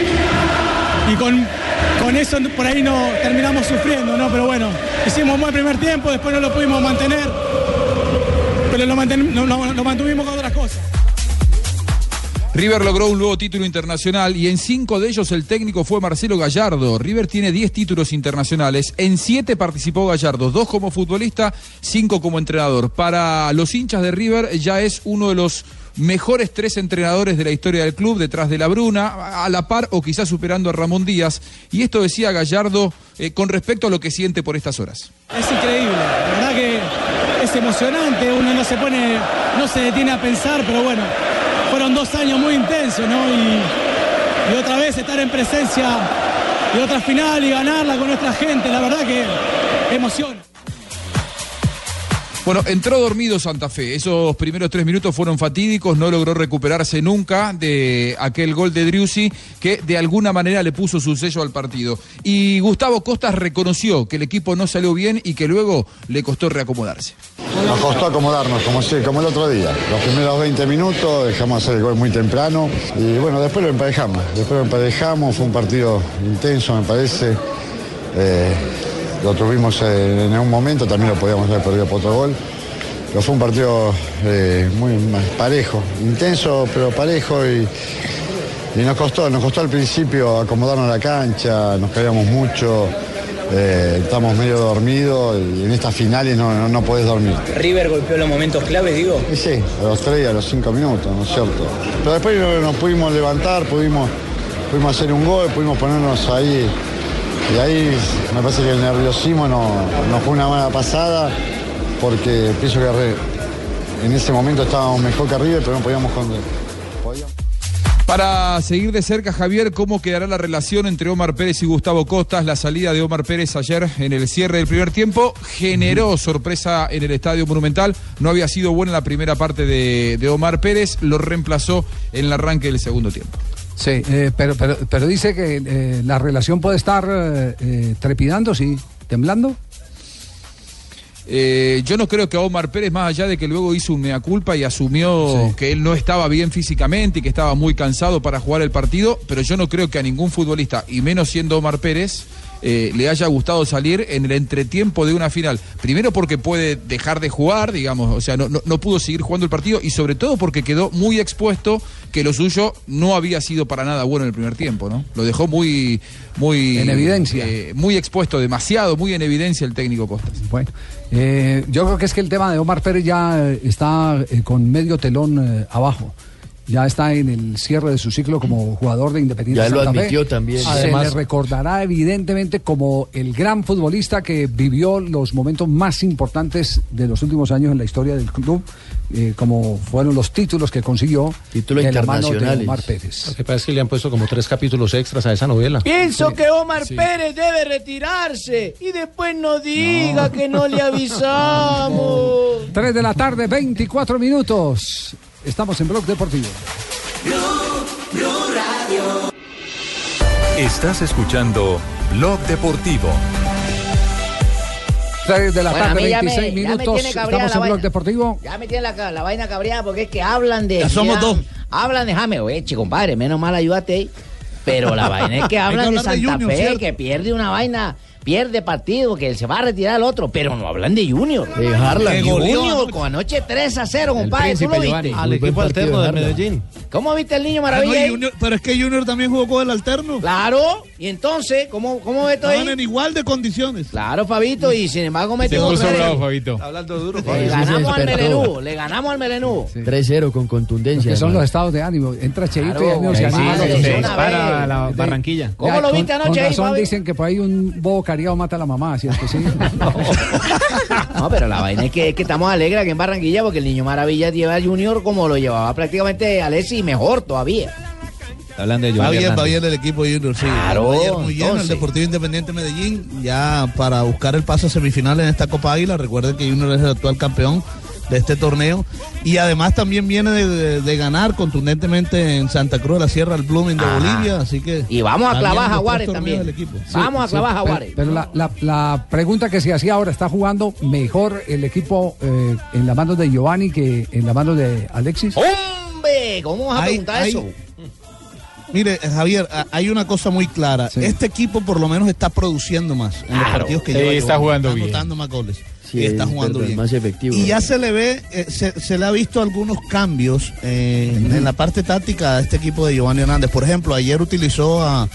y con, con eso por ahí no terminamos sufriendo, ¿no? Pero bueno, hicimos un buen primer tiempo, después no lo pudimos mantener, pero lo, manten, no, no, lo mantuvimos con otras cosas. River logró un nuevo título internacional y en cinco de ellos el técnico fue Marcelo Gallardo. River tiene diez títulos internacionales, en siete participó Gallardo, dos como futbolista, cinco como entrenador. Para los hinchas de River ya es uno de los mejores tres entrenadores de la historia del club, detrás de la Bruna, a la par o quizás superando a Ramón Díaz. Y esto decía Gallardo eh, con respecto a lo que siente por estas horas. Es increíble, la verdad que es emocionante, uno no se pone, no se detiene a pensar, pero bueno, fueron dos años muy intensos, ¿no? Y, y otra vez estar en presencia de otra final y ganarla con nuestra gente, la verdad que emociona. Bueno, entró dormido Santa Fe. Esos primeros tres minutos fueron fatídicos. No logró recuperarse nunca de aquel gol de Driussi que de alguna manera le puso su sello al partido. Y Gustavo Costas reconoció que el equipo no salió bien y que luego le costó reacomodarse. Nos costó acomodarnos, como, si- como el otro día. Los primeros veinte minutos dejamos hacer el gol muy temprano y bueno, después lo emparejamos. Después lo emparejamos, fue un partido intenso, me parece. Eh, lo tuvimos en, en un momento, también lo podíamos haber perdido por otro gol. Pero fue un partido eh, muy más parejo, intenso pero parejo y, y nos costó, nos costó al principio acomodarnos a la cancha, nos caíamos mucho. Eh, estamos medio dormidos y en estas finales no, no, no podés dormir. River golpeó los momentos claves, digo. Y sí, a los tres y a los cinco minutos, ¿no es cierto? Pero después no- nos pudimos levantar, pudimos, pudimos hacer un gol, pudimos ponernos ahí. Y ahí me parece que el nerviosismo no- nos fue una mala pasada porque pienso que re- en ese momento estábamos mejor que River, pero no podíamos con. Para seguir de cerca, Javier, ¿cómo quedará la relación entre Omar Pérez y Gustavo Costas? La salida de Omar Pérez ayer en el cierre del primer tiempo generó sorpresa en el Estadio Monumental. No había sido buena la primera parte de, de Omar Pérez, lo reemplazó en el arranque del segundo tiempo. Sí, eh, pero, pero, pero dice que eh, la relación puede estar eh, eh, trepidando, sí, temblando. Eh, yo no creo que a Omar Pérez, más allá de que luego hizo un mea culpa y asumió sí. que él no estaba bien físicamente y que estaba muy cansado para jugar el partido, pero yo no creo que a ningún futbolista, y menos siendo Omar Pérez, eh, le haya gustado salir en el entretiempo de una final. Primero porque puede dejar de jugar, digamos, o sea, no, no, no pudo seguir jugando el partido, y sobre todo porque quedó muy expuesto que lo suyo no había sido para nada bueno en el primer tiempo, ¿no? Lo dejó muy... muy en evidencia. Eh, muy expuesto, demasiado, muy en evidencia el técnico Costas. Bueno, eh, yo creo que es que el tema de Omar Pérez ya eh, está eh, con medio telón eh, abajo. Ya está en el cierre de su ciclo como jugador de Independiente ya Santa lo admitió Fe. también. Además, se le recordará evidentemente como el gran futbolista que vivió los momentos más importantes de los últimos años en la historia del club, eh, como fueron los títulos que consiguió títulos de la mano de internacionales. Omar Pérez. Lo que pasa es que le han puesto como tres capítulos extras a esa novela. Pienso Sí. que Omar Sí. Pérez debe retirarse y después no diga que no le avisamos. tres de la tarde, veinticuatro minutos. Estamos en Blog Deportivo. Blue, Blue Radio. Estás escuchando Blog Deportivo. tres de la Bueno, a tarde, mí ya me- veintiséis ya me minutos. tiene cabreada Estamos la en vaina. Blog Deportivo. Ya me tiene la, la vaina cabreada porque es que hablan de... Ya somos Zidane, dos. Hablan de James, oye, chico, compadre, menos mal ayúdate ahí. Pero la vaina es que Hay que hablan de hablar de Santa Junior, Fe, ¿cierto? que pierde una vaina, pierde partido, que se va a retirar el otro, pero no hablan de Junior. De Harlan. Que goleó Junior anoche. con anoche tres a cero, compadre, ¿tú príncipe lo viste? Giovanni. Al Muy buen equipo partido alterno de de Harlan. Medellín. ¿Cómo viste el niño Ah, no, maravilla y ahí? Junior- pero es que Junior también jugó con el alterno. Claro, y entonces, ¿cómo, cómo ves todo ahí? Estaban en igual de condiciones. Claro, Fabito, y sin embargo metió Se dos puso goles. bravo, Fabito. Hablando duro, Le ganamos al Melenú, le ganamos al Melenú. tres cero con contundencia. Que son hermano. los estados de ánimo. Entra Cheito Claro, y ánimo se sí, anima. sí, Los- se los- dispara la de- Barranquilla. ¿Cómo Ya, lo con- viste anoche Con ahí, razón Fabi? dicen que por ahí un bobo cariado mata a la mamá, ¿cierto? Sí. No, pero la vaina es que, es que estamos alegres aquí en Barranquilla porque el niño maravilla lleva a Junior como lo llevaba prácticamente Alessi y mejor todavía. Hablando de Va Giovanni bien, va Hernández. bien el equipo Junior, sí. Claro, Ayer muy bien, el entonces. Deportivo Independiente Medellín, ya para buscar el paso a semifinales en esta Copa Águila. Recuerden que Junior es el actual campeón de este torneo. Y además también viene de, de- de ganar contundentemente en Santa Cruz de la Sierra al Blooming de Ajá. Bolivia, así que... Y vamos a está clavar bien los tres Jaguares torneos también. del equipo. Vamos a clavar Sí, Jaguares. Pero, pero la, la- la pregunta que se hacía ahora, ¿está jugando mejor el equipo eh, en la mano de Giovanni que en la mano de Alexis? ¡Hombre! ¿Cómo vas a Hay- preguntar hay- eso? Mire, Javier, a- hay una cosa muy clara. Este equipo por lo menos está produciendo más en los Claro. partidos que Sí, lleva. está Giovanni. jugando está bien. anotando más goles. Sí, y está es jugando verdad, bien. más efectivo. Y ya se le ve, eh, se, se le ha visto algunos cambios eh, en la parte táctica de este equipo de Giovanni Hernández. Por ejemplo, ayer utilizó a,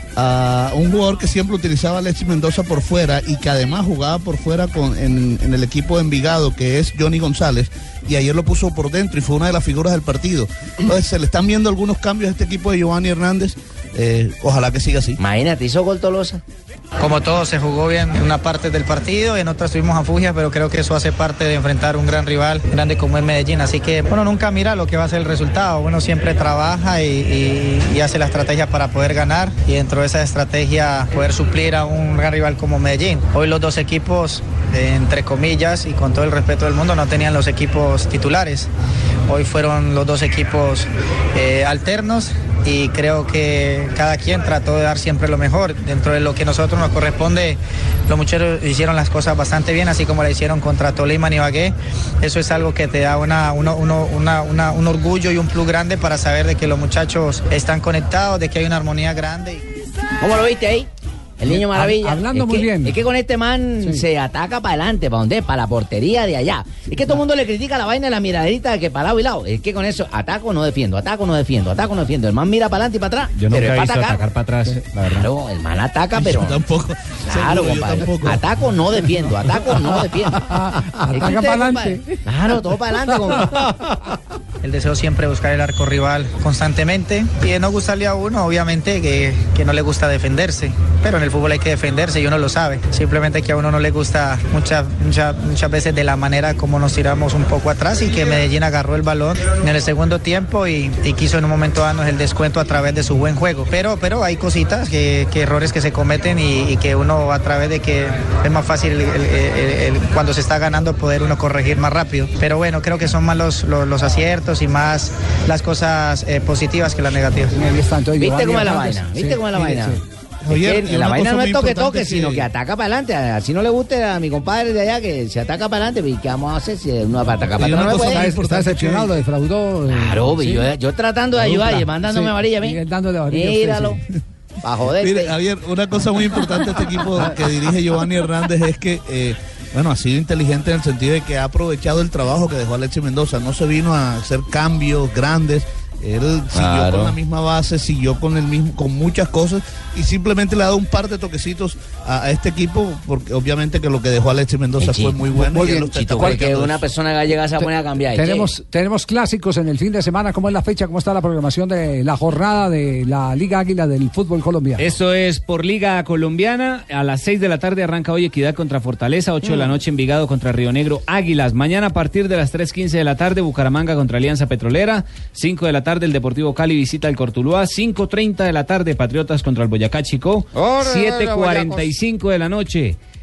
a un jugador que siempre utilizaba a Alexis Mendoza por fuera y que además jugaba por fuera con, en, en el equipo de Envigado, que es Johnny González, y ayer lo puso por dentro y fue una de las figuras del partido. Entonces se le están viendo algunos cambios a este equipo de Giovanni Hernández. Eh, ojalá que siga así. Imagínate, hizo gol Tolosa. Como todo, se jugó bien en una parte del partido y en otras tuvimos a fugia, pero creo que eso hace parte de enfrentar un gran rival, grande como es Medellín. Así que, bueno, nunca mira lo que va a ser el resultado. Uno siempre trabaja y, y- y hace la estrategia para poder ganar y dentro de esa estrategia poder suplir a un gran rival como Medellín. Hoy los dos equipos, eh, entre comillas y con todo el respeto del mundo, no tenían los equipos titulares. Hoy fueron los dos equipos eh, alternos y creo que cada quien trató de dar siempre lo mejor. Dentro de lo que a nosotros nos corresponde, los muchachos hicieron las cosas bastante bien, así como la hicieron contra Tolima y Ibagué. Eso es algo que te da una, uno- uno- una- una- un orgullo y un plus grande para saber de que los muchachos están conectados, de que hay una armonía grande. ¿Cómo lo viste ahí? El niño maravilla. Hablando Es muy que- bien. Es que con este man se ataca para adelante, ¿para dónde? Para la portería de allá. Es que todo el mundo le critica la vaina de la miradita de que para lado y lado. Es que con eso ataco no defiendo, ataco no defiendo, ataco no defiendo. El man mira para adelante y para atrás. Yo pero nunca es he para visto atacar. atacar para atrás, la verdad. Claro, el man ataca, pero. Yo tampoco. Claro, Seguro, yo compadre. tampoco. Ataco no defiendo, ataco no defiendo. Es que Ataca usted, para adelante. compadre, Claro, todo para adelante. compadre. El deseo siempre de buscar el arco rival constantemente y de no gustarle a uno, obviamente que, que no le gusta defenderse, pero en el fútbol hay que defenderse y uno lo sabe. Simplemente que a uno no le gusta muchas muchas muchas veces de la manera como nos tiramos un poco atrás y que Medellín agarró el balón en el segundo tiempo y, y quiso en un momento darnos el descuento a través de su buen juego. Pero, pero hay cositas, que, que errores que se cometen y, y que uno a través de que es más fácil el- el- el- el- cuando se está ganando poder uno corregir más rápido. Pero bueno, creo que son más los, los, los aciertos y más las cosas eh, positivas que las negativas. ¿Viste cómo es la vaina? ¿Viste cómo es la vaina? Es Javier, que y la una vaina cosa no es muy toque importante toque, que- sino que ataca para adelante. Así no le guste a mi compadre de allá que se ataca para adelante. ¿Y qué vamos a hacer si uno va a atacar para Y atrás? una No cosa puede. está, está decepcionado, lo defraudó. eh, Claro, sí. yo, yo tratando de La ayudar dupla. y mandándome Sí, amarilla a mí. y él dándole amarilla a usted, Míralo. sí. Pa' joderte. Mire, Javier, una cosa muy importante de este equipo que dirige Giovanni Hernández es que, eh, bueno, ha sido inteligente en el sentido de que ha aprovechado el trabajo que dejó Alexis Mendoza. No se vino a hacer cambios grandes. Él siguió Claro. con la misma base, siguió con el mismo, con muchas cosas y simplemente le ha dado un par de toquecitos a, a este equipo, porque obviamente que lo que dejó Alexis Mendoza Sí, fue muy bueno. muy y él bien, lo está Chito, porque aprovechando. una persona gallega se va a poner a cambiar. ¿y qué? Tenemos, tenemos clásicos en el fin de semana. ¿Cómo es la fecha? ¿Cómo está la programación de la jornada de la Liga Águila del fútbol colombiano? Esto es por Liga Colombiana. A las seis de la tarde arranca hoy Equidad contra Fortaleza. ocho de la noche Envigado contra Río Negro Águilas. Mañana a partir de las tres quince de la tarde Bucaramanga contra Alianza Petrolera. cinco de la tarde el Deportivo Cali visita el Cortuluá. cinco treinta de la tarde Patriotas contra el Boyacá Chicó. ¡Órale, siete los cuarenta y cinco de la noche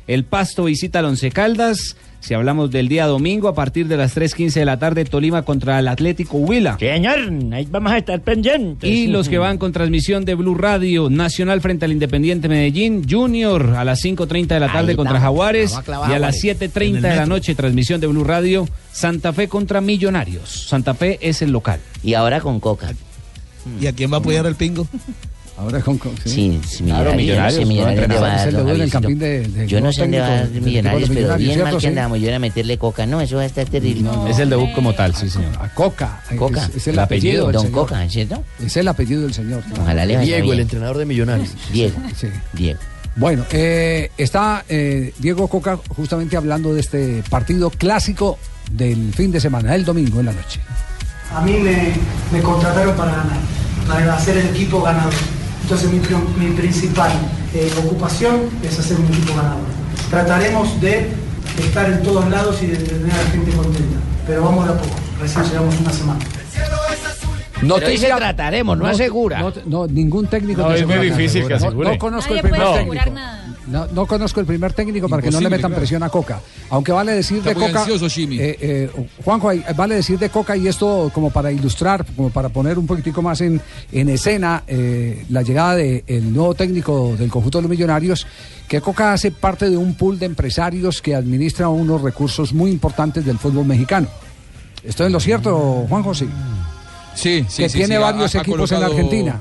El Pasto visita al Once Caldas. Si hablamos del día domingo, a partir de las tres quince de la tarde, Tolima contra el Atlético Huila. Señor, ahí vamos a estar pendientes. Y los que van con transmisión de Blue Radio, Nacional frente al Independiente Medellín, Junior a las cinco treinta de la tarde Ahí contra vamos, Jaguares, vamos a clavar y a las Jaguares. siete treinta En de el la metro. noche, transmisión de Blue Radio, Santa Fe contra Millonarios. Santa Fe es el local. Y ahora con Coca. ¿Y a quién va a apoyar el pingo? Ahora con, con Sí, sí, Claro, Millonarios, yo no sé, Millonarios dónde va a dar, Es el don debut en el Javiercito. campín de, de Yo no sé dónde va a dar técnico del Millonarios, equipo de pero bien Millonarios, mal que ¿cierto? andamos, yo era meterle Coca. No, eso va a estar terrible. Es el debut como tal, sí, señor. A Coca. Coca. Es, es el apellido del Don señor. Coca, ¿cierto? Es el apellido del señor. Ojalá le vaya Diego, bien. el entrenador de Millonarios. Diego. Sí. Diego. Bueno, eh, está eh, Diego Coca justamente hablando de este partido clásico del fin de semana, el domingo en la noche. A mí me, me contrataron para ganar, para hacer el equipo ganador. Entonces mi, pri- mi principal eh, ocupación es hacer un equipo ganador. Trataremos de estar en todos lados y de tener a la gente contenta, pero vamos de a poco, recién llevamos una semana. Pero dice trataremos, no asegura. No, no, ningún técnico. No, te es muy asegura difícil nada. que asegure. No, no conozco Nadie el primer puede técnico. asegurar nada. No, no conozco el primer técnico para que no le Imposible, metan claro. presión a Coca. Aunque vale decir Está de muy Coca. ansioso, Jimmy. eh, eh, Juanjo, ahí, vale decir de Coca, y esto como para ilustrar, como para poner un poquitico más en, en escena eh, la llegada del nuevo técnico del conjunto de los Millonarios, que Coca hace parte de un pool de empresarios que administra unos recursos muy importantes del fútbol mexicano. ¿Estoy en lo cierto, Juanjo? Sí. Sí, sí, que sí, tiene sí, ha- varios ha equipos en colocado- Argentina.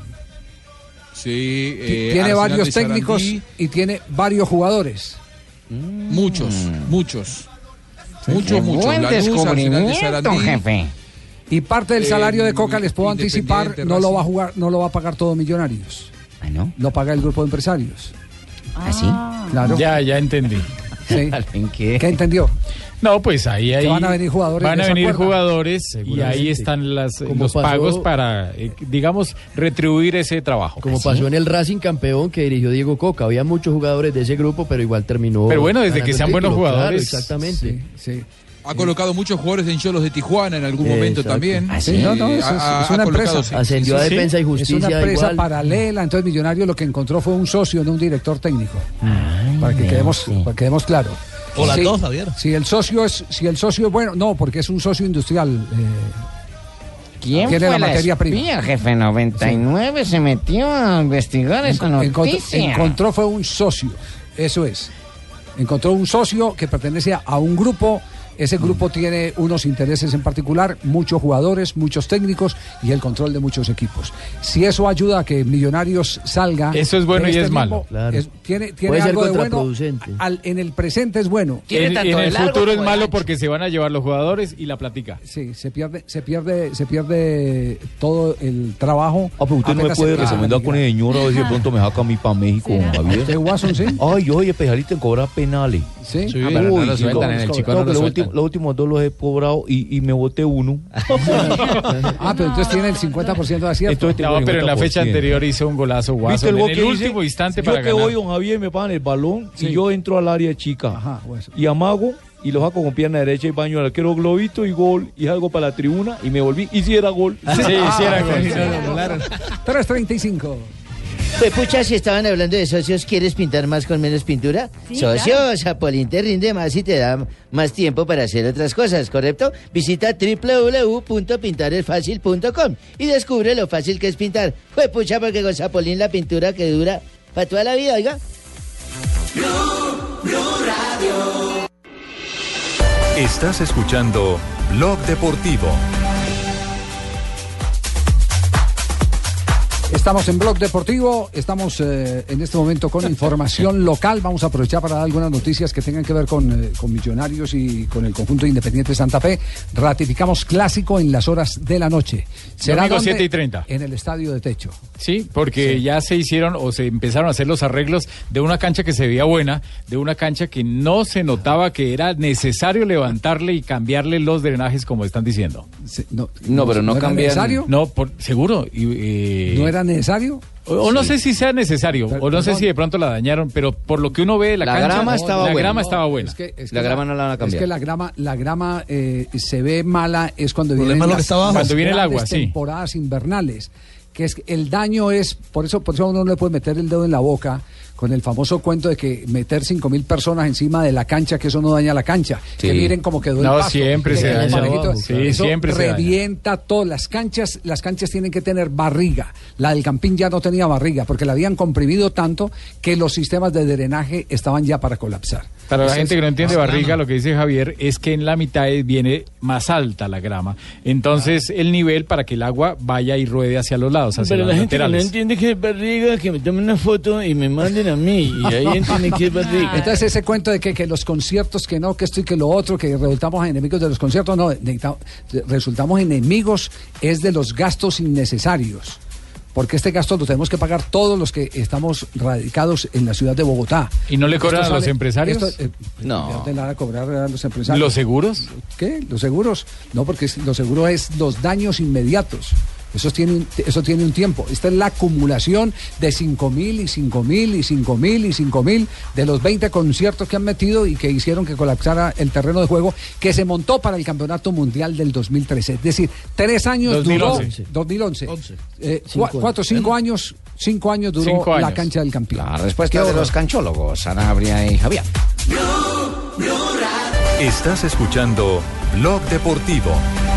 Sí, eh, tiene Arsenal varios de técnicos Sarandí, y tiene varios jugadores. muchos, muchos. Sí. Muchos, muchos. Buen Lanús, Arsenal de descubrimiento, Sarandí. jefe. Y parte del Eh, salario de Coca, les puedo anticipar, Independiente, no lo va a Racing. jugar, no lo va a pagar todo Millonarios. ¿Ah, no? Lo paga el grupo de empresarios. ¿Ah, sí? Claro. Ya, ya entendí. Sí. ¿En qué? ¿Qué entendió? No, pues ahí, ahí Que van a venir jugadores van de a esa venir cuerda. jugadores y Seguramente. ahí están las, Como los pasó- pagos para, eh, digamos, retribuir ese trabajo. Como pasó en el Racing campeón que dirigió Diego Coca. Había muchos jugadores de ese grupo, pero igual terminó. Pero bueno, desde ganando que el sean buenos título, claro, jugadores. exactamente. Sí. Ha colocado muchos jugadores en Cholos de Tijuana en algún momento Exacto. también. Ah, Sí, no, no, Eh, eso es, ha- es ha una colocado, empresa. sí. Ascendió a Sí, sí. defensa y Es justicia una empresa igual. paralela, entonces Millonario lo que encontró fue un socio, no un director técnico. Ay, para que vea quedemos, usted. para que quedemos claros. O las Sí, dos, Javier. Si el socio es, si el socio es bueno, no, porque es un socio industrial. eh, ¿Quién Tiene fue la la materia prima. espía, jefe? noventa y nueve se metió a investigar esa Encont- noticia. encontró fue un socio, eso es. Encontró un socio que pertenece a un grupo. Ese grupo tiene unos intereses en particular, muchos jugadores, muchos técnicos y el control de muchos equipos. Si eso ayuda a que Millonarios salga. Eso es bueno de y este es malo. limbo, Claro. es- tiene tiene Puede ser algo de bueno. contraproducente. Al- en el presente es bueno. Tiene En, tanto en de el largo futuro es como de malo ancho. porque se van a llevar los jugadores y la platica. Sí, se pierde, se pierde, se pierde todo el trabajo. Ah, pero usted no me apenas puede se- recomendar con el señor a ver si de pronto me saca a mí para México, don Javier. ¿Usted, Watson, sí? Ay, yo soy especialista en cobrar penales. Sí. Ah, pero no lo sueltan, en el Chico no que lo los, sueltan. últimos, los últimos dos los he cobrado y, y me boté uno. Ah, pero entonces tiene el cincuenta por ciento de acierto. Entonces tengo No, el pero en la fecha cincuenta por ciento. anterior hizo un golazo ¿Viste Watson el en gol el que último hice? instante Yo para que ganar. voy, don Javier, me pagan el balón Sí. y yo entro al área chica. Ajá, pues. Y amago y lo saco con pierna derecha y baño al arquero globito y gol y algo para la tribuna y me volví y si era gol. Sí, sí era gol. tres treinta y cinco. Pues pucha, si estaban hablando de socios, ¿quieres pintar más con menos pintura? Sí, Socios, Zapolín te rinde más y te da más tiempo para hacer otras cosas, ¿correcto? Visita doble u doble u doble u punto pintar es fácil punto com y descubre lo fácil que es pintar. Pues pucha, porque con Zapolín la pintura que dura para toda la vida, oiga. Estás escuchando Blog Deportivo. Estamos en Blog Deportivo, estamos eh, en este momento con información local. Vamos a aprovechar para dar algunas noticias que tengan que ver con, eh, con Millonarios y con el conjunto Independiente Santa Fe. Ratificamos clásico en las horas de la noche. Domingo ¿dónde? siete y treinta. En el Estadio de Techo. Sí, porque ya se hicieron o se empezaron a hacer los arreglos de una cancha que se veía buena, de una cancha que no se notaba que era necesario levantarle y cambiarle los drenajes como están diciendo. Sí, no, No, pero no era cambian- necesario? No, por, seguro. Y, eh, ¿No era necesario? O, o no sé si sea necesario, Per- o no sé perdón. si de pronto la dañañaron, pero por lo que uno ve de la, La cancha, grama estaba la buena. grama No, estaba buena. es que- es que La grama no la van a cambiar. Es que la grama, la grama eh, se ve mala es cuando El vienen problema es lo que las, está abajo. las Cuando viene el grandes agua, sí. temporadas invernales. Que es que el daño es, por eso, por eso uno no le puede meter el dedo en la boca con el famoso cuento de que meter cinco mil personas encima de la cancha, que eso no daña la cancha. Sí. Que miren cómo quedó No, el pasto. siempre que se el daña. parejito, Sí, eso siempre se daña. revienta todas las canchas. Las canchas tienen que tener barriga. La del Campín ya no tenía barriga porque la habían comprimido tanto que los sistemas de drenaje estaban ya para colapsar. Para la Ese gente es- que no entiende Ah, barriga, lo que dice Javier es que en la mitad es- viene más alta la grama. Entonces, el nivel para que el agua vaya y ruede hacia los lados, hacia Pero los la gente que no laterales. entiende que es barriga, que me tomen una foto y me manden a mí. Y ahí entienden que es barriga. Entonces ese cuento de que, que los conciertos, que no, que esto y que lo otro, que resultamos enemigos de los conciertos, no, necesitamos- resultamos enemigos es de los gastos innecesarios. Porque este gasto lo tenemos que pagar todos los que estamos radicados en la ciudad de Bogotá. ¿Y no le Esto cobran a los sale- empresarios? esto, eh, No. ¿de dónde le van a cobrar a los empresarios? ¿Los seguros? ¿Qué? ¿Los seguros? No, porque es- los seguros es los daños inmediatos. Eso tiene, un- eso tiene un tiempo. Esta es la acumulación de cinco mil y cinco mil y cinco mil y cinco mil de los veinte conciertos que han metido y que hicieron que colapsara el terreno de juego que se montó para el Campeonato Mundial del dos mil trece. Es decir, tres años dos mil once. duró. dos mil once. Eh, Cinco cua- cuatro, cinco años, cinco años duró Cinco la años. cancha del campeón. La respuesta Qué de horror. los canchólogos, Sanabria y Javier. Estás escuchando Blog Deportivo.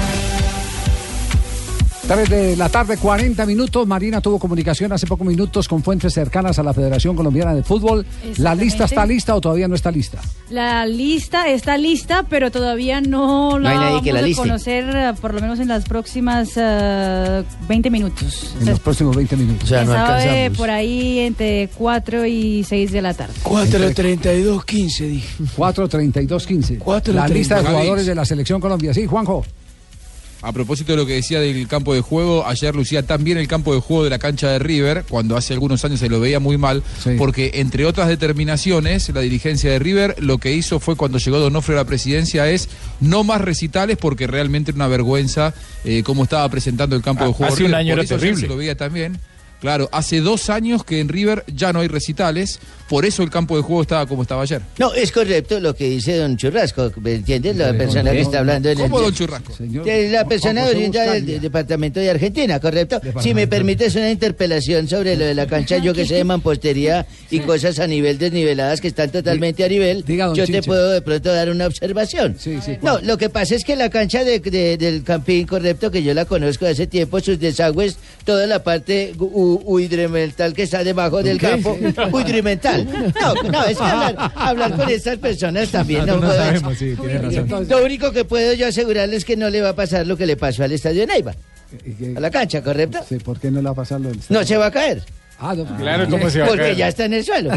tres de la tarde, cuarenta minutos. Marina tuvo comunicación hace pocos minutos con fuentes cercanas a la Federación Colombiana de Fútbol. ¿La Exactamente. lista está lista o todavía no está lista? La lista está lista, pero todavía no la hay nadie vamos que la a liste. conocer eh, por lo menos en las próximas eh, veinte minutos. En los próximos veinte minutos. Se sabe por ahí entre cuatro y seis de la tarde. cuatro treinta y dos quince, dije. cuatro treinta y dos quince. La lista de jugadores de la Selección Colombia. Sí, Juanjo. A propósito de lo que decía del campo de juego, ayer lucía también el campo de juego de la cancha de River, cuando hace algunos años se lo veía muy mal, porque entre otras determinaciones, la dirigencia de River lo que hizo fue cuando llegó Donofrio a la presidencia es no más recitales, porque realmente era una vergüenza eh, cómo estaba presentando el campo de juego. Hace un River. año Por era eso ayer terrible. se lo veía también. Claro, hace dos años que en River ya no hay recitales, por eso el campo de juego estaba como estaba ayer. No, es correcto lo que dice don Churrasco, ¿me entiendes? La persona que está hablando en el... ¿Cómo don Churrasco? Que la persona Juan José orientada del Buscalia. de- departamento de Argentina, ¿correcto? Si me permites una interpelación sobre lo de la cancha, yo que sé de mampostería y cosas a nivel desniveladas que están totalmente a nivel, don yo te Chinche. puedo de pronto dar una observación. No, lo que pasa es que la cancha de- de- del Campín, correcto, que yo la conozco hace tiempo, sus desagües, toda la parte hu- hidromental que está debajo del ¿Qué? campo, hidromental. No, no, es que hablar, hablar con estas personas también no, No, no puedo- sabemos, sí, tiene razón. Lo único que puedo yo asegurarles es que no le va a pasar lo que le pasó al estadio de Neiva. A la cancha, ¿correcto? Sí, ¿por qué no le va a pasar lo del No se va a caer. Ah, no, Claro, ¿cómo se va a Porque caer? ya está en el suelo.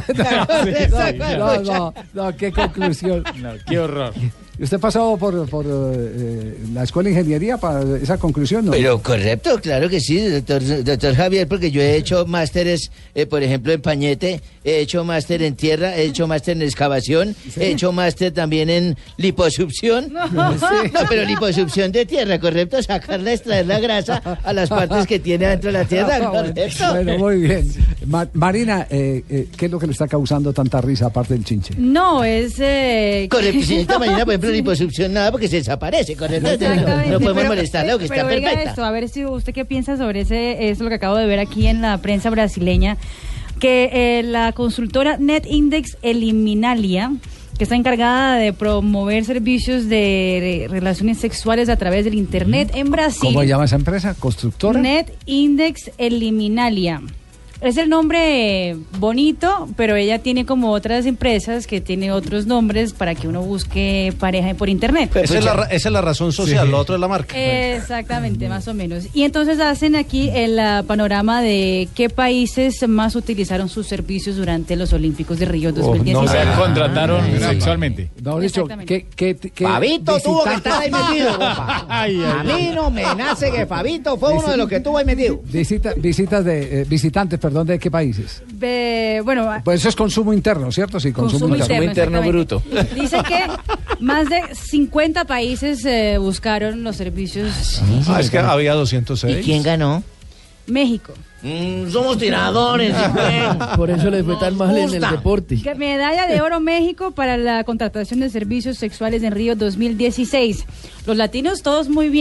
no, no, no, qué conclusión. No, qué horror. ¿Usted pasó por, por eh, la escuela de ingeniería para esa conclusión? ¿No? Pero correcto, claro que sí, doctor, doctor Javier, porque yo he hecho másteres, eh, por ejemplo, en pañete, he hecho máster en tierra, he hecho máster en excavación, he hecho máster también en liposucción. No. No, pero liposucción de tierra, correcto, sacarla, extraer la grasa a las partes que tiene dentro de la tierra, correcto. Bueno, muy bien. Ma- Marina, eh, eh, ¿qué es lo que le está causando tanta risa aparte del chinche? No, es... Eh, Correcto, señorita Marina, por ejemplo, liposucción nada porque se desaparece, correcto. Exactamente, No podemos pero- molestarla porque pero está oiga perfecta. esto, a ver si usted qué piensa sobre ese, es lo que acabo de ver aquí en la prensa brasileña, que eh, la consultora NetIndex Eliminalia, que está encargada de promover servicios de, de relaciones sexuales a través del internet en Brasil. ¿Cómo se llama esa empresa? ¿Constructora? NetIndex Eliminalia. Es el nombre bonito, pero ella tiene como otras empresas que tiene otros nombres para que uno busque pareja por internet. Esa es, la, ra- esa es la razón social, Sí. lo otro es la marca. Exactamente, más o menos. Y entonces hacen aquí el ah, panorama de qué países más utilizaron sus servicios durante los Olímpicos de Río dos mil dieciséis. O sea, contrataron sexualmente. No, dicho, ¿qué, qué, qué Fabito tuvo que visitante- estar ahí metido, compa. A mí no me nace que Fabito fue uno de los que estuvo ahí metido. Visita, visitas de eh, visitantes, perdón, ¿de qué países? Ve- bueno, Pues eso es consumo interno, ¿cierto? Sí, consumo, Consumo interno, bruto. dice que más de cincuenta países eh, buscaron los servicios. Ah, es que había doscientos seis. ¿Y quién ganó? México. Mm, somos tiradores, Por eso les fue tan mal en el deporte. Que medalla de oro México para la contratación de servicios sexuales en Río dos mil dieciséis. Los latinos todos muy bien.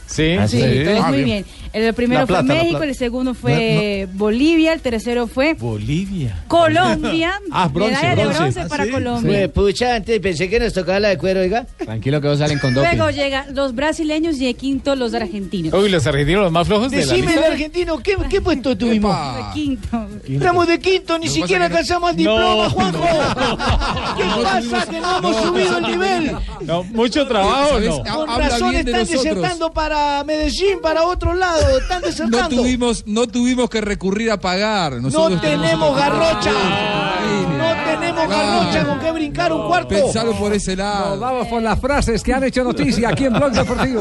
Sí, sí, sí. todos Ah, muy bien. bien. El primero La plata, fue la México, plata. el segundo fue Bolivia, el tercero fue Bolivia. Colombia. Ah, bronce, medalla de bronce. bronce Ah, para sí. Colombia. Pues, pucha, antes pensé que nos tocaba la de cuero, oiga. Tranquilo que vos salen con doping. Luego llegan los brasileños y de quinto los argentinos. Uy, los argentinos los más flojos de la Decime el lista. argentino, ¿qué, qué puesto tuvimos? De quinto. Estamos de quinto, ni Lo que siquiera pasa es que alcanzamos el no- diploma, no. Juanjo. ¿Qué pasa que no hemos subido el nivel? No, mucho trabajo, ¿Sabes? ¿no? Ha- Con habla razón bien de están nosotros. desertando para Medellín, para otro lado, están No desertando. tuvimos, no tuvimos que recurrir a pagar. Nosotros No tenemos garrocha. No tenemos garrocha con que brincar un cuarto. Pensalo por ese lado. Nos vamos por las frases que han hecho noticia aquí en Blog Deportivo.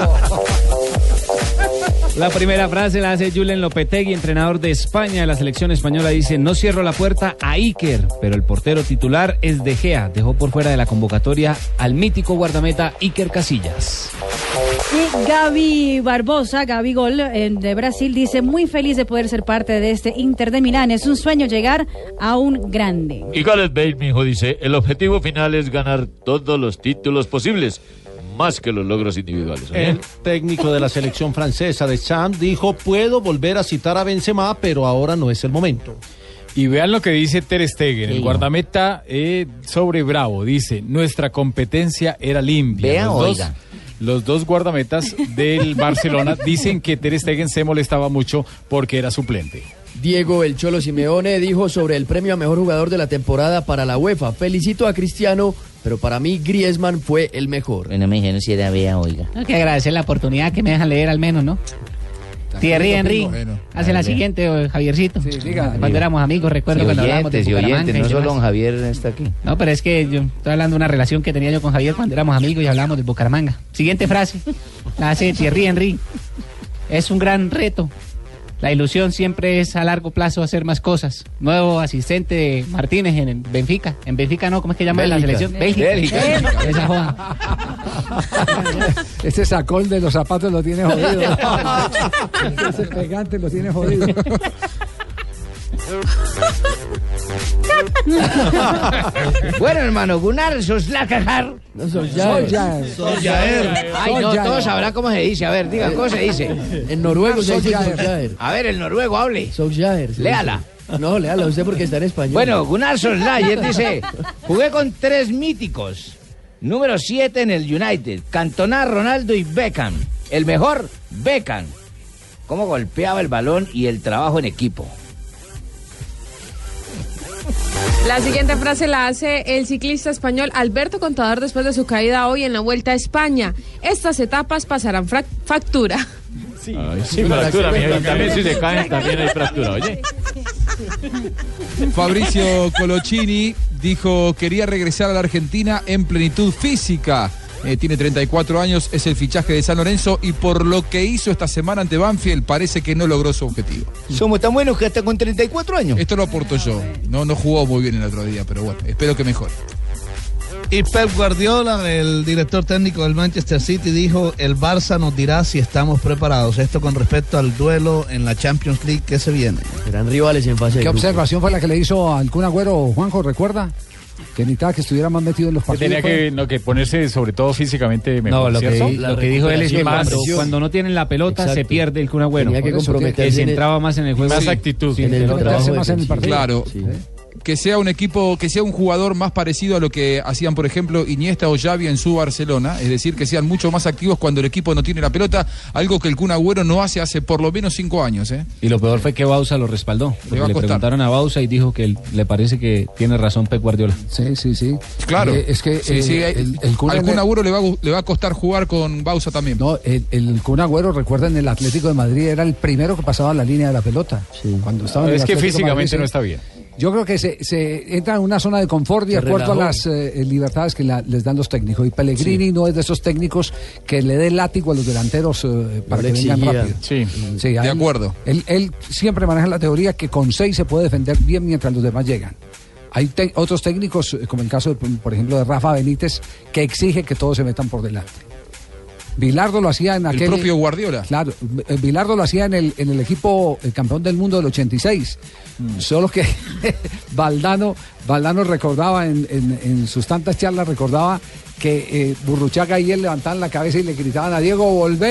La primera frase la hace Julen Lopetegui, entrenador de España. La selección española dice: no cierro la puerta a Iker, pero el portero titular es De Gea. Dejó por fuera de la convocatoria al mítico guardameta Iker Casillas. Y Gaby Barbosa, Gaby Gol, eh, de Brasil, dice: muy feliz de poder ser parte de este Inter de Milán. Es un sueño llegar a un grande. Y Gareth Bale, mi hijo, dice, el objetivo final es ganar todos los títulos posibles, más que los logros individuales. ¿eh? El técnico de la selección francesa de Champs dijo, puedo volver a citar a Benzema, pero ahora no es el momento. Y vean lo que dice Ter Stegen, Sí. el guardameta eh, sobre Bravo. Dice, nuestra competencia era limpia. Vea, los, dos, oiga. los dos guardametas del Barcelona dicen que Ter Stegen se molestaba mucho porque era suplente. Diego El Cholo Simeone dijo sobre el premio a mejor jugador de la temporada para la UEFA: felicito a Cristiano, pero para mí Griezmann fue el mejor. Bueno, me dijeron si era vea, oiga. Tengo que agradecer la oportunidad que me dejan leer al menos, ¿no? Thierry Henry, Bueno, hace la dale. siguiente, o Javiercito. diga. Cuando éramos amigos, recuerdo Sí, cuando hablábamos de oyentes y Bucaramanga oyentes, y no solo demás. don Javier está aquí. No, pero es que yo estoy hablando de una relación que tenía yo con Javier cuando éramos amigos y hablábamos de Bucaramanga. Siguiente frase, la hace Thierry Henry. Es un gran reto. La ilusión siempre es a largo plazo hacer más cosas. Nuevo asistente de Martínez en Benfica. En Benfica no, ¿cómo es que llama la Bélgica. selección? Bélgica. Bélgica. Esa joda. Ese sacón de los zapatos lo tiene jodido. Ese pegante lo tiene jodido. Bueno, hermano, Gunnar Solskjaer. No, Solskjaer. Solskjaer. Ay, no, Solskjaer. todos sabrán cómo se dice. A ver, digan, ¿cómo se dice? En noruego se dice Solskjaer. Solskjaer. A ver, el noruego, hable. Solskjaer. se Léala. dice. No, léala usted porque está en español. Bueno, Gunnar Solskjaer dice, jugué con tres míticos. Número siete en el United, Cantona, Ronaldo y Beckham. El mejor, Beckham. Cómo golpeaba el balón y el trabajo en equipo. La siguiente frase la hace el ciclista español Alberto Contador después de su caída hoy en la Vuelta a España. Estas etapas pasarán frac- factura. Sí, sí, fractura, mi hijo, también si se caen, también hay fractura, oye. Fabricio Colochini dijo quería regresar a la Argentina en plenitud física. Eh, tiene treinta y cuatro años, es el fichaje de San Lorenzo y por lo que hizo esta semana ante Banfield parece que no logró su objetivo. Somos tan buenos que hasta con treinta y cuatro años. Esto lo aporto yo. No, no jugó muy bien el otro día, pero bueno, espero que mejore. Y Pep Guardiola, el director técnico del Manchester City, dijo, el Barça nos dirá si estamos preparados. Esto con respecto al duelo en la Champions League que se viene. Serán rivales en fase de ¿Qué grupos. observación fue la que le hizo al Kun Agüero, Juanjo, recuerda? Que necesitaba que estuviera más metido en los Que partidos. tenía que, no, que ponerse sobre todo físicamente mejor, No, lo que, ¿cierto? di- lo que dijo él es que más, cuando, cuando no tienen la pelota Exacto. se pierde el Kun Agüero. Tenía que Por eso, comprometerse que se en el- entraba más en el juego. Más Sí. actitud. Sí, en el pero- trabajo más en el partido. Claro. Sí. Que sea un equipo, que sea un jugador más parecido a lo que hacían, por ejemplo, Iniesta o Xavi en su Barcelona, es decir, que sean mucho más activos cuando el equipo no tiene la pelota, algo que el Kun Agüero no hace hace por lo menos cinco años, ¿eh? Y lo peor fue que Bausa lo respaldó. Porque Le va a le costar. preguntaron a Bausa y dijo que él- le parece que tiene razón Pep Guardiola. Sí, sí, sí. Claro. Eh, es que Sí, eh, sí, el, el Kun al Agüero- Kun Agüero le va, a gu- le va a costar jugar con Bausa también. No, el, el Kun Agüero, recuerden, el Atlético de Madrid era el primero que pasaba la línea de la pelota. Cuando estaba en Es el que Atlético de físicamente Madrid, no sí. está bien. Yo creo que se, se entra en una zona de confort de Se acuerdo a relajó. las eh, libertades que la- les dan los técnicos. Y Pellegrini no es de esos técnicos que le dé látigo a los delanteros eh, para le que vengan exigía. rápido. Sí. Sí, a De él- acuerdo. Él, él siempre maneja la teoría que con seis se puede defender bien mientras los demás llegan. Hay te- otros técnicos, eh, como el caso, de, por ejemplo, de Rafa Benítez, que exige que todos se metan por delante. Bilardo lo hacía en El aquel... propio Guardiola. Claro, eh, Bilardo lo hacía en el, en el equipo el campeón del mundo del ochenta y seis. Solo que Valdano, Valdano recordaba en, en- en sus tantas charlas, recordaba que eh, Burruchaga y él levantaban la cabeza y le gritaban a Diego, volvé,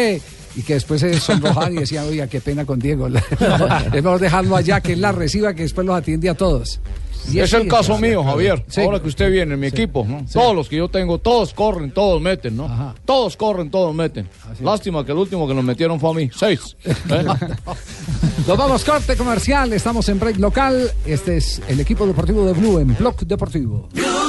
y que después se sonrojaban y decían, oiga, qué pena con Diego. Es mejor dejarlo allá, que él la reciba, que después los atiende a todos. Y es el caso es, mío, Javier. Sí. Ahora que usted viene en mi Sí. equipo, ¿no? Sí. Todos los que yo tengo, todos corren, todos meten, ¿no? Ajá. Todos corren, todos meten. Así Lástima que el último que nos metieron fue a mí. Seis. ¿Eh? Nos vamos, corte comercial, estamos en break local. Este es el equipo deportivo de Blue en Blog Deportivo.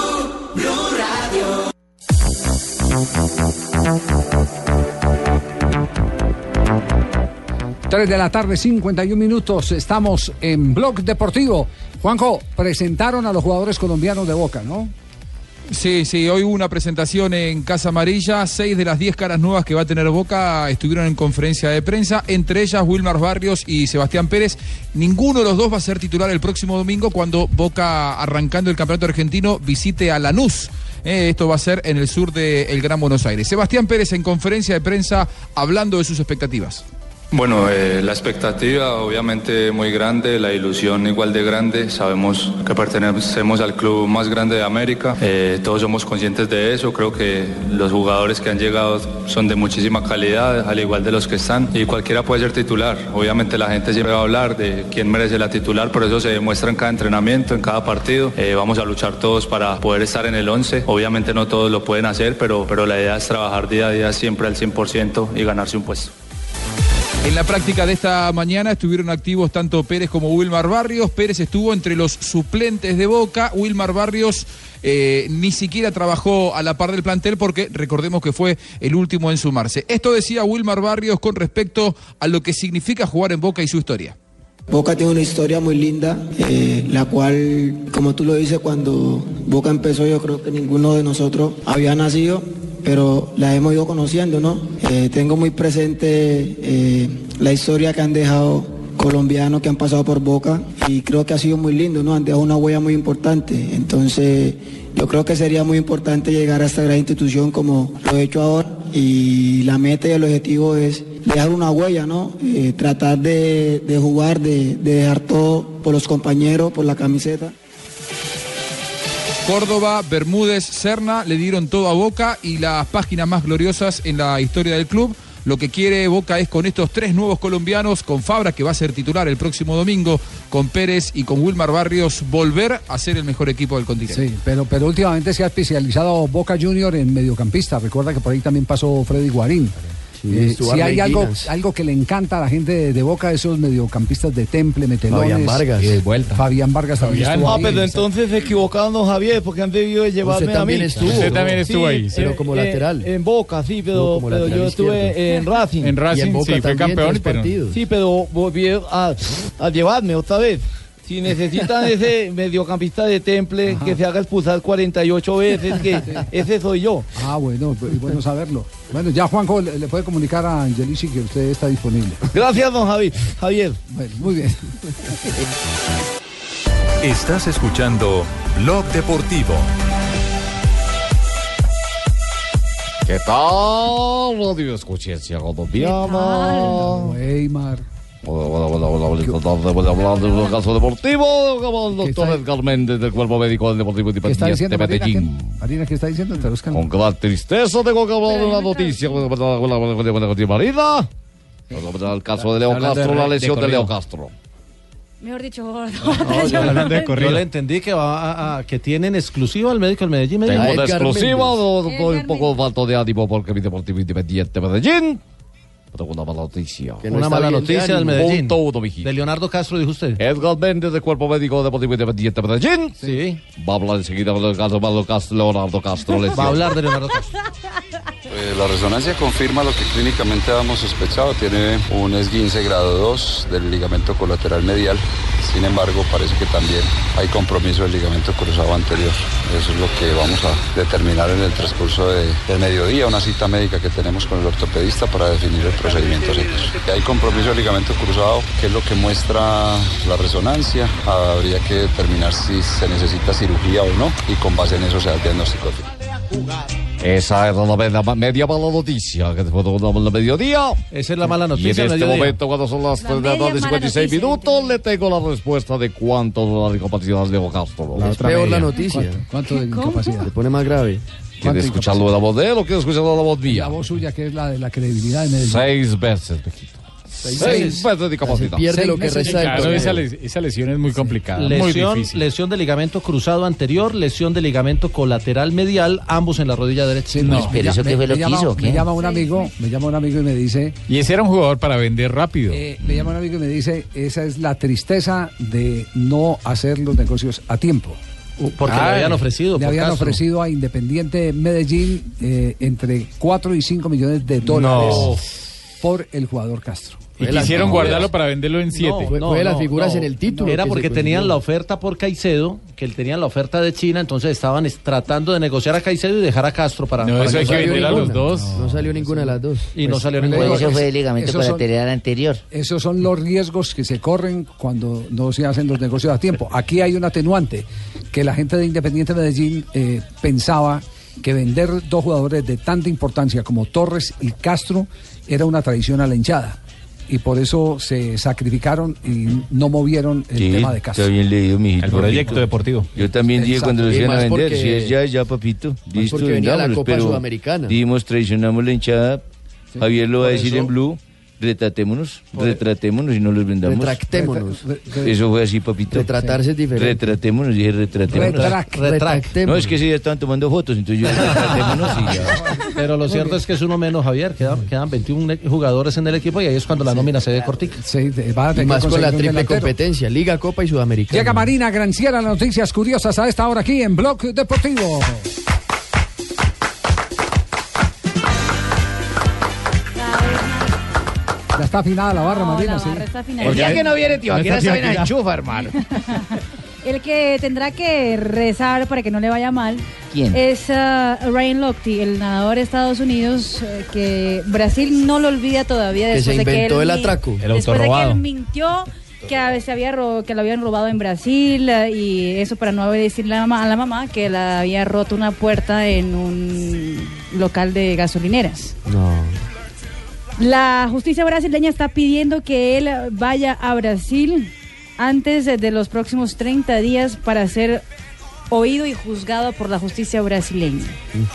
tres de la tarde, cincuenta y un minutos. Estamos en Blog Deportivo. Juanjo, presentaron a los jugadores colombianos de Boca, ¿no? Sí, sí, hoy hubo una presentación en Casa Amarilla. Seis de las diez caras nuevas que va a tener Boca estuvieron en conferencia de prensa, entre ellas Wilmar Barrios y Sebastián Pérez. Ninguno de los dos va a ser titular el próximo domingo cuando Boca, arrancando el campeonato argentino, visite a Lanús. Eh, esto va a ser en el sur del Gran Buenos Aires. Sebastián Pérez en conferencia de prensa hablando de sus expectativas. Bueno, eh, la expectativa obviamente muy grande, la ilusión igual de grande. Sabemos que pertenecemos al club más grande de América, eh, todos somos conscientes de eso. Creo que los jugadores que han llegado son de muchísima calidad, al igual de los que están, y cualquiera puede ser titular. Obviamente la gente siempre va a hablar de quién merece la titular, pero eso se demuestra en cada entrenamiento, en cada partido. Eh, vamos a luchar todos para poder estar en el once. Obviamente no todos lo pueden hacer, pero, pero la idea es trabajar día a día siempre al cien por ciento y ganarse un puesto. En la práctica de esta mañana estuvieron activos tanto Pérez como Wilmar Barrios. Pérez estuvo entre los suplentes de Boca. Wilmar Barrios eh, ni siquiera trabajó a la par del plantel porque recordemos que fue el último en sumarse. Esto decía Wilmar Barrios con respecto a lo que significa jugar en Boca y su historia. Boca tiene una historia muy linda, eh, la cual, como tú lo dices, cuando Boca empezó yo creo que ninguno de nosotros había nacido, pero la hemos ido conociendo, ¿no? Eh, tengo muy presente eh, la historia que han dejado colombianos que han pasado por Boca y creo que ha sido muy lindo, ¿no? Han dejado una huella muy importante, entonces yo creo que sería muy importante llegar a esta gran institución como lo he hecho ahora y la meta y el objetivo es dejar una huella, ¿no? Eh, tratar de, de jugar, de, de dejar todo por los compañeros, por la camiseta. Córdoba, Bermúdez, Serna le dieron todo a Boca y las páginas más gloriosas en la historia del club. Lo que quiere Boca es con estos tres nuevos colombianos, con Fabra, que va a ser titular el próximo domingo, con Pérez y con Wilmar Barrios, volver a ser el mejor equipo del continente. Sí, pero, pero últimamente se ha especializado Boca Junior en mediocampista. Recuerda que por ahí también pasó Freddy Guarín. Sí, Eh, Stuart si hay algo, Leguinas. algo que le encanta a la gente de, de Boca, esos mediocampistas de temple, metelones. Fabián Vargas. Y de vuelta. Fabián Vargas también estuvo Ah, ahí. pero entonces se equivocaron, don Javier, porque han debido de llevarme Usted a mí. también estuvo. Usted también estuvo ahí, sí. Pero como lateral. En Boca, sí, pero, No, como pero lateral yo estuve izquierdo. en Racing. En Racing, Y en Boca sí, fue también, campeón, tres pero... partidos. Sí, pero volví a, a llevarme otra vez. Si necesitan ese mediocampista de temple Ajá. que se haga expulsar cuarenta y ocho veces, que ese soy yo. Ah, bueno, pues, bueno saberlo. Bueno, ya Juanjo le, le puede comunicar a Angelici que usted está disponible. Gracias, don Javi, Javier. Bueno, muy bien. Estás escuchando Blog Deportivo. ¿Qué tal, radio escuchencia colombiana? Weimar. Hola, hola, hola, hola, hola, esta tarde voy a hablar de un caso deportivo como el doctor está- Edgar Méndez del Cuerpo Médico del Deportivo ¿Qué está Independiente diciendo de Marina? Medellín. ¿Qué? Marina, ¿qué está diciendo? Te buscan. Con gran tristeza tengo que hablar de una noticia con Marina. El caso de Leo Hablando de Castro, re- la de lesión de corrido. Leo Castro. Mejor dicho, gordo. No, yo, yo le entendí que va a, a- que tienen exclusiva al médico del Medellín. me Tengo dijo. una exclusiva, no, Méndez. no, un poco falto de ánimo porque mi Deportivo Independiente de Medellín. Pero una mala noticia. Que no Una está mala bien de noticia del ánimo. Medellín. Punto uno, mijito. De Leonardo Castro, dijo usted. Edgar Méndez del Cuerpo Médico Deportivo Independiente de Medellín. Sí. Va a hablar enseguida con el caso de Castro, Leonardo Castro. lesión. Va a hablar de Leonardo Castro. Eh, la resonancia confirma lo que clínicamente habíamos sospechado. Tiene un esguince grado dos del ligamento colateral medial. Sin embargo, parece que también hay compromiso del ligamento cruzado anterior. Eso es lo que vamos a determinar en el transcurso de, del mediodía, una cita médica que tenemos con el ortopedista para definir el procedimiento a seguir. Hay compromiso del ligamento cruzado, que es lo que muestra la resonancia. Habría que determinar si se necesita cirugía o no y con base en eso se da el diagnóstico definitivo. Esa es la media, media mala noticia que después de una mediodía. Esa es la mala Y en noticia. este del mediodía. momento, cuando son las La tres de la media tarde y mala cincuenta y seis noticia, minutos, le tengo la respuesta de cuánto de la discapacidad de Leo Castro. Es peor la noticia. ¿Cuánto, cuánto de ¿Cómo? incapacidad? Se pone más grave. ¿Quieres escucharlo de la voz de él o quieres escucharlo de la voz mía? La voz suya, que es la de la credibilidad de Medellín. Seis veces, viejito. Seis, Seis veces de capacidad. Pierde lo que resta del Claro, torneo. esa, les- esa lesión es muy complicada, muy Lesión, difícil. lesión de ligamento cruzado anterior, lesión de ligamento colateral medial, ambos en la rodilla derecha. No, me, llama- Me llama un amigo, me llama un amigo y me dice, Y ese era un jugador para vender rápido. eh, me llama un amigo y me dice, esa es la tristeza de no hacer los negocios a tiempo. Porque le habían ofrecido, Le por habían Castro. ofrecido a Independiente Medellín eh, entre cuatro y cinco millones de dólares No. por el jugador Castro. Y quisieron guardarlo para venderlo en siete. No, no, no. Era que porque se tenían consiguió. la oferta por Caicedo, que él tenían la oferta de China, entonces estaban es- tratando de negociar a Caicedo y dejar a Castro para. No, para eso hay que saliera vender a los ninguna. dos. No salió ninguna de las dos. Y no salió Pues, ninguna. le digo, Eso fue es- el ligamento esos son- colateral anterior. Esos son los riesgos que se corren cuando no se hacen los negocios a tiempo. Aquí hay un atenuante, que la gente de Independiente Medellín eh, pensaba que vender dos jugadores de tanta importancia como Torres y Castro era una traición a la hinchada. Y por eso se sacrificaron y no movieron el Sí, tema de Castro. está bien leído, mijito. El proyecto deportivo. Yo también dije Exacto. cuando los Y iban a más vender, porque- si es ya, ya, papito. Listo, porque venía la vendámoslos, Copa pero Sudamericana. dijimos, traicionamos la hinchada. Javier lo va a Por decir eso- en Blue. Retratémonos, retratémonos y no los vendamos. Retractémonos. Re- re- Eso fue así, papito. Retratarse es diferente. Retratémonos, dije retratémonos. Retrac- Retractémonos. No, es que ese día estaban tomando fotos, entonces yo retratémonos y ya. Pero lo cierto es que es uno menos, Javier. Quedan, quedan veintiún jugadores en el equipo y ahí es cuando la nómina se ve cortica. Sí, de- va a Y tener más que con la conseguir un triple delantero. competencia, Liga, Copa y Sudamericana. Llega Marina Granciera, las noticias curiosas a esta hora aquí en Blog Deportivo. Ya está afinada la barra, No, Marina, la sí. barra está afinada. El día que no viene Tibaquira, Está esa vaina Tibaquira. enchufa, hermano. El que tendrá que rezar para que no le vaya mal ¿Quién? es ah, Ryan Lochte, el nadador de Estados Unidos, eh, que Brasil no lo olvida todavía Que después se de que inventó él el mi- atraco. El después de que autorrobado. él mintió que a- se había ro- que lo habían robado en Brasil eh, y eso para no decirle a la, mamá, a la mamá que la había roto una puerta en un local de gasolineras. No. La justicia brasileña está pidiendo que él vaya a Brasil antes de los próximos treinta días para ser oído y juzgado por la justicia brasileña.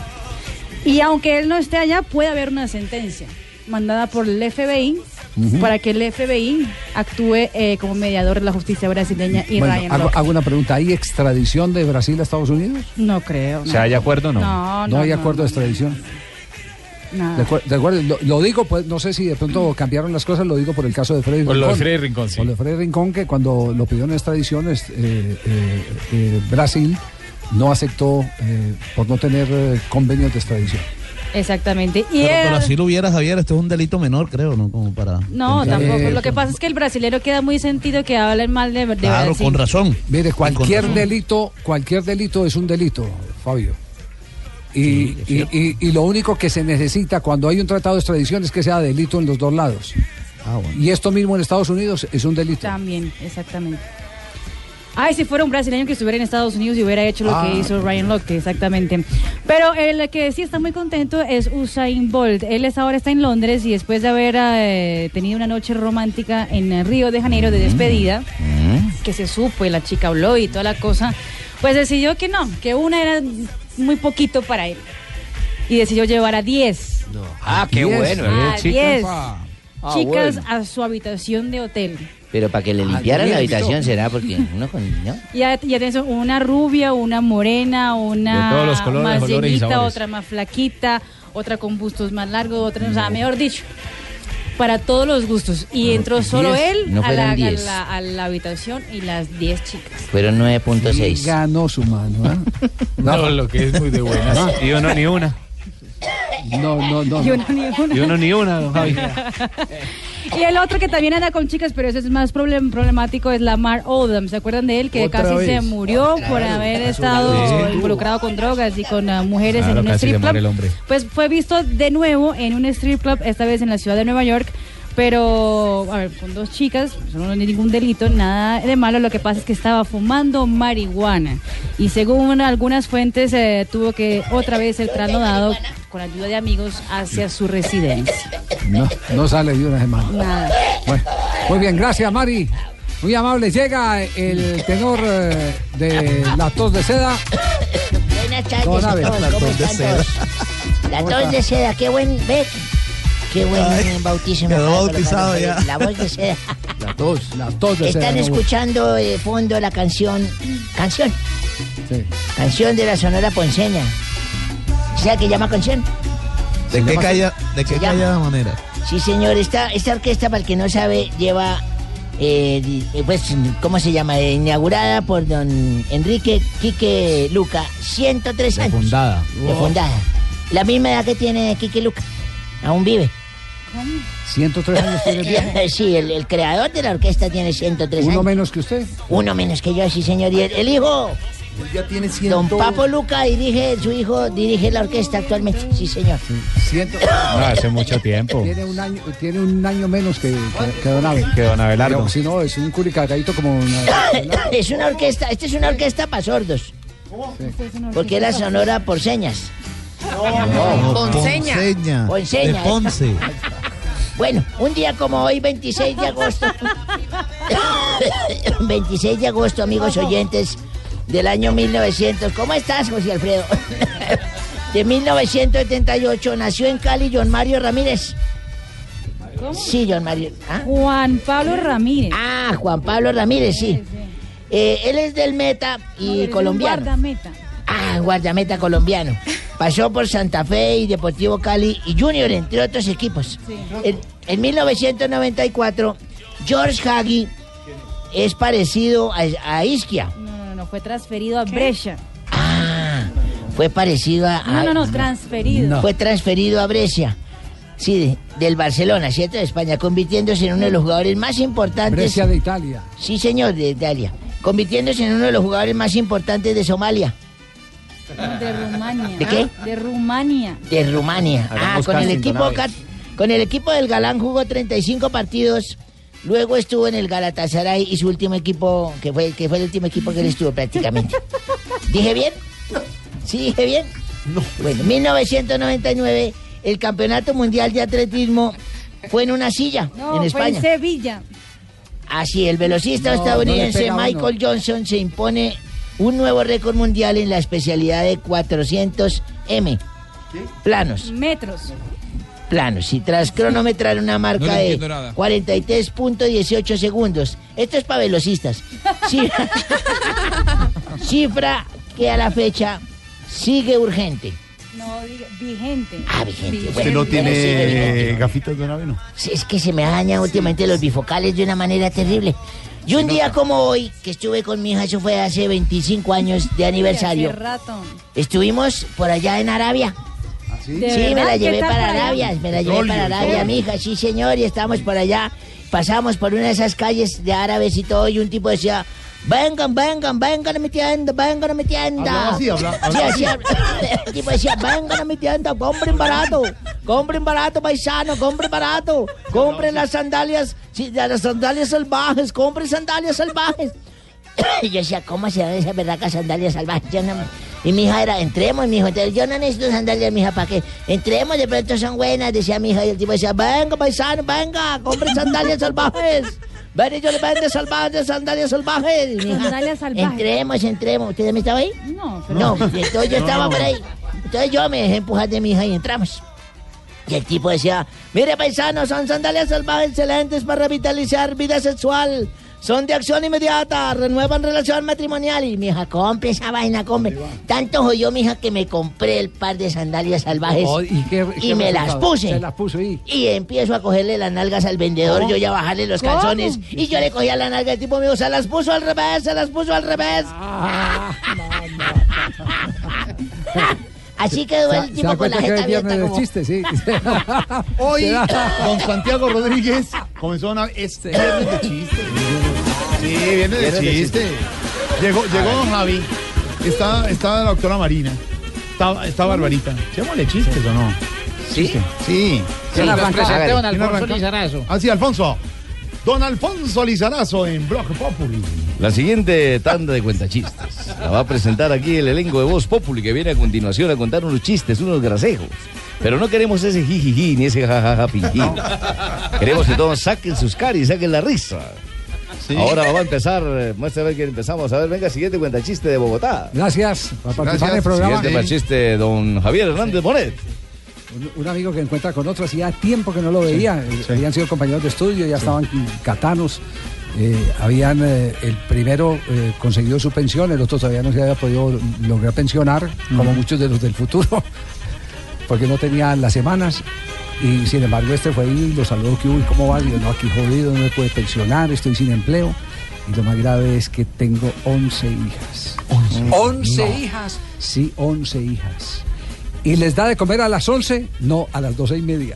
Y aunque él no esté allá, puede haber una sentencia mandada por el F B I Ujú. para que el F B I actúe eh, como mediador de la justicia brasileña y Bueno, Ryan hago, Lochte. hago una pregunta. ¿Hay extradición de Brasil a Estados Unidos? No creo. O sea, ¿hay acuerdo o no? No, No no, hay no, acuerdo no, de extradición. Nada. De acuer- de acuerdo, lo, lo digo, pues no sé si de pronto cambiaron las cosas, lo digo por el caso de Freddy Por Rincón. lo de Freddy Rincón, sí. Por lo de Freddy Rincón, que cuando lo pidió en extradición, es- eh, eh, eh, Brasil no aceptó eh, por no tener eh, convenios de extradición. Exactamente. Y Pero, él- pero así lo hubiera, Javier, esto es un delito menor, creo, ¿no? Como para... No, pensar- tampoco. Lo que pasa es que el brasilero queda muy sentido que hablen mal de, de Claro, Brasil. con razón. Mire, cualquier razón. delito, cualquier delito es un delito, Fabio. Y, Sí, es y- cierto. y- y lo único que se necesita cuando hay un tratado de extradición es que sea delito en los dos lados. Ah, bueno. Y esto mismo en Estados Unidos es un delito. También, exactamente. Ay, si fuera un brasileño que estuviera en Estados Unidos y hubiera hecho lo Ah. que hizo Ryan Lochte, exactamente. Pero el que sí está muy contento es Usain Bolt. Él es, ahora está en Londres y después de haber eh, tenido una noche romántica en Río de Janeiro de despedida, que se supo y la chica habló y toda la cosa, pues decidió que no, que una era muy poquito para él. Y decidió llevar a diez. Ah, qué Diez. bueno. A ¿eh? diez Ah, chicas bueno. a su habitación de hotel. Pero para que le limpiaran la habitación será, porque uno con... ¿no? Ya, ya tenés una rubia, una morena, una De todos los colores, más olores y llenita, sabores. otra más flaquita, otra con bustos más largos, otra, o sea, mejor dicho, para todos los gustos. Y entró solo diez, él no a, la, fueron a, diez. la, a la habitación y las diez chicas. Fueron nueve punto seis. Ganó su mano, ¿eh? No, lo que es muy de buenas. Y uno ni una. No, no, no. Y no. uno ni una. Y uno ni una, don Javi. Y el otro que también anda con chicas, pero ese es más problem- problemático, es Lamar Odom. ¿Se acuerdan de él? Que Otra casi vez. se murió por haber estado Sí. involucrado con drogas y con ah, mujeres Claro, en un casi se strip muere el club. hombre. Pues fue visto de nuevo en un strip club, esta vez en la ciudad de Nueva York. Pero, a ver, con dos chicas, eso no hay ningún delito, nada de malo. Lo que pasa es que estaba fumando marihuana. Y según algunas fuentes, eh, tuvo que otra vez ser trasladado con ayuda de amigos hacia su residencia. No, no sale de una semana. Nada. Bueno, muy bien, gracias, Mari. Muy amable. Llega el tenor eh, de la tos de seda. Buenas muchachos. Don Abe. ¿Cómo La tos de están seda. todos? La ¿Cómo tos está? de seda, qué buen, ve, qué buen Ay, bautismo. quedó acaba de bautizado colocar ya. La voz de seda. La tos, la tos de Están seda, no, escuchando de fondo la canción, canción, sí. canción de la Sonora Ponceña. ¿Sabe qué llama canción? ¿De qué calla, de qué Se llama. callada manera? Sí, señor, esta, esta orquesta, para el que no sabe, lleva, eh, di- eh, pues, ¿cómo se llama? Eh, inaugurada por don Enrique Quique Luca, ciento tres años. Fundada. De fundada. La misma edad que tiene Quique Luca. Aún vive. ciento tres años tiene el viejo. Sí, el, el creador de la orquesta tiene ciento tres Uno años. menos que usted. Uno menos que yo, sí, señor. Y el, el hijo, Ya tiene don Papo Luca, dirige, su hijo dirige la orquesta actualmente. Sí, señor. Ciento... No, hace mucho tiempo. Tiene un año, tiene un año menos que, que, que Don Abe. Que don Abelardo. Pero si no, es un curicagadito como una... Es una orquesta, esta es una orquesta para sordos. Porque es la Sonora por señas. No, Ponceña. Ponceña. Ponceña. De Ponce. Bueno, un día como hoy, veintiséis de agosto. veintiséis de agosto, amigos oyentes, del año mil novecientos. ¿Cómo estás, José Alfredo? De mil novecientos setenta y ocho nació en Cali John Mario Ramírez. Sí, John Mario. ¿Ah? Juan Pablo Ramírez. Ah, Juan Pablo Ramírez, sí. Eh, él es del Meta y Eres un colombiano. guardameta. Ah, guardameta colombiano. Pasó por Santa Fe y Deportivo Cali y Junior, entre otros equipos. Sí. En, en mil novecientos noventa y cuatro, George Hagi es parecido a, a Isquia. No, no, no, fue transferido a Brescia. Ah, fue parecido a... No, no, no, transferido. Fue transferido a Brescia. Sí, de- del Barcelona, ¿cierto? De España, convirtiéndose en uno de los jugadores más importantes. Brescia de Italia. Sí, señor, de Italia. Convirtiéndose en uno de los jugadores más importantes de Somalia. De Rumania. ¿De qué? De Rumania. De Rumania. Ah, Hagamos con el casting, equipo don Abe. Cat- con el equipo del Galán jugó treinta y cinco partidos. Luego estuvo en el Galatasaray y su último equipo, que fue, que fue el último equipo que él estuvo prácticamente. ¿Dije bien? ¿Sí dije bien? No. Bueno, mil novecientos noventa y nueve, el Campeonato Mundial de Atletismo fue en una silla No, en fue España. en Sevilla. Así, el velocista No, no le estadounidense pega a uno. Michael Johnson se impone un nuevo récord mundial en la especialidad de cuatrocientos metros. Planos. Metros. Planos. Y tras cronometrar una marca No le de entiendo nada. cuarenta y tres punto dieciocho segundos. Esto es para velocistas. Cifra, cifra que a la fecha sigue urgente. No, diga, vigente. Ah, vigente. Vigente. Bueno, pero sigue vigente. gafitas de Nave, no? Sí, es que se me dañan últimamente los bifocales de una manera terrible. Y un día como hoy, que estuve con mi hija, eso fue hace veinticinco años de aniversario, Hace rato. estuvimos por allá en Arabia. ¿De Sí, me verdad? la ¿Qué llevé tal para por allá? Arabia, me la llevé Petróleo, para Arabia, petróleo. mi hija, sí señor, y estábamos por allá, pasamos por una de esas calles de árabes y todo, y un tipo decía, vengan, vengan, vengan a mi tienda, vengan a mi tienda. Hablaba así, habla- Sí, hablaba así, el tipo decía, vengan a mi tienda, compren barato, compren barato, paisano, compren barato, compren las sandalias, sí, las sandalias salvajes, compren sandalias salvajes. Y yo decía, ¿cómo se dan esas verdacas sandalias salvajes? Yo no me- Y mi hija era, entremos, mi hijo. Entonces, yo no necesito sandalias, mi hija, ¿para qué? Entremos, de pronto son buenas, decía mi hija. Y el tipo decía, venga, paisano, venga, compren sandalias salvajes. Ven y yo le vendo salvajes, sandalias salvajes. Y mi hija, Sandalias salvajes. entremos, entremos. ¿Usted también estaba ahí? No, pero... No, entonces yo No, estaba no. por ahí. Entonces yo me dejé empujar de mi hija y entramos. Y el tipo decía, mire paisano, son sandalias salvajes excelentes para revitalizar vida sexual. Son de acción inmediata, renuevan relación matrimonial. Y mi hija, compre esa vaina, compre. Tanto jodió mi hija que me compré el par de sandalias salvajes Oh, ¿y qué- y qué me las resultado? puse. Se las puso ahí. Y empiezo a cogerle las nalgas al vendedor, ¿Cómo? yo ya a bajarle los ¿Cómo? calzones. Y yo le cogía la nalga, el tipo me dijo, se las puso al revés, se las puso al revés. Ah, Así quedó ¿Se, el se tipo da con la cuenta que jeta es viernes abierta de como... chiste? Sí. Hoy, Se da- don Santiago Rodríguez comenzó una. Es viernes de chiste. Sí, viernes de Viernes de chiste. Llegó, llegó don Javi. Está, está la doctora Marina. Está, está Barbarita. ¿Echémosle chistes o no? Sí. Sí. Sí, nos presente don ¿Quién Alfonso arranca? Lizarazo. Ah, sí, Alfonso. Don Alfonso Lizarazo en Blog Populi. La siguiente tanda de cuentachistes la va a presentar aquí el elenco de Voz Populi que viene a continuación a contar unos chistes, unos grasejos. Pero no queremos ese jijiji ni ese jajaja pinjín. Queremos que todos saquen sus caras y saquen la risa. Ahora va a empezar, eh, muestra a ver quién empezamos. A ver, venga, siguiente cuenta chiste de Bogotá. Gracias por participar en el programa. Siguiente cuenta chiste, don Javier Hernández Bonet. Un, un amigo que encuentra con otro, hacía tiempo que no lo veía. Sí, sí. Habían sido compañeros de estudio, ya sí. estaban catanos. Eh, habían eh, el primero eh, conseguido su pensión, el otro todavía no se había podido lograr pensionar, uh-huh. como muchos de los del futuro, porque no tenían las semanas. Y sin embargo este fue ahí, lo saludó, que uy, ¿cómo va? Digo, no, aquí jodido, no me puede pensionar, estoy sin empleo. Y lo más grave es que tengo once hijas. ¿once no. hijas? Sí, once hijas. ¿Y les da de comer a las once? No, a las doce y media.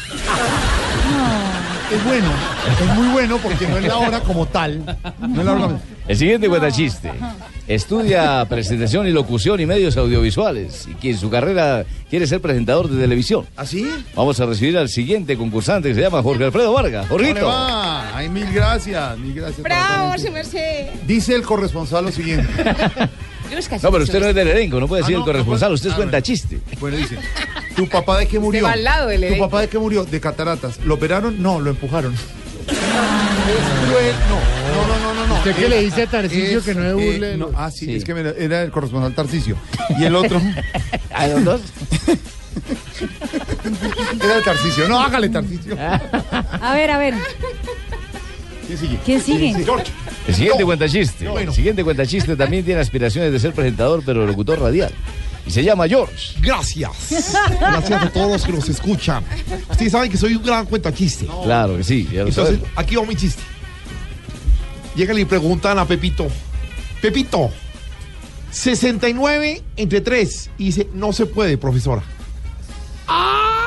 Es bueno, es muy bueno porque no es la hora como tal. No es la hora como... El siguiente cuentachiste. Estudia presentación y locución y medios audiovisuales y que en su carrera quiere ser presentador de televisión. ¿Así? Vamos a recibir al siguiente concursante que se llama Jorge Alfredo Vargas. Jorgito. Va? Ay, mil gracias, mil gracias. Bravo, su merced. Dice el corresponsal lo siguiente. No, pero usted no es del elenco, no puede decir ah, no, el corresponsal, no, usted es cuentachiste. Bueno, dice, ¿tu papá de qué murió? Al lado del ¿Tu papá de qué murió? De cataratas. ¿Lo operaron? No, lo empujaron. No, no, no, no, no. ¿Usted qué le dice a Tarcisio es, que no me burle? Eh, no, ah, sí, sí, es que era el corresponsal Tarcisio. Y el otro... ¿A los dos? Era el Tarcisio. No, hágale, Tarcisio. A ver, a ver. ¿Quién sigue? ¿Quién sigue? George. El siguiente no. cuentachiste. No, bueno. El siguiente cuentachiste también tiene aspiraciones de ser presentador, pero locutor radial. Y se llama George. Gracias. Gracias a todos los que nos escuchan. Ustedes saben que soy un gran cuentachiste. No. Claro que sí. Ya lo Entonces, sabemos. aquí va mi chiste. Llegan y preguntan a Pepito. Pepito, sesenta y nueve entre tres. Y dice, no se puede, profesora. ¡Ah!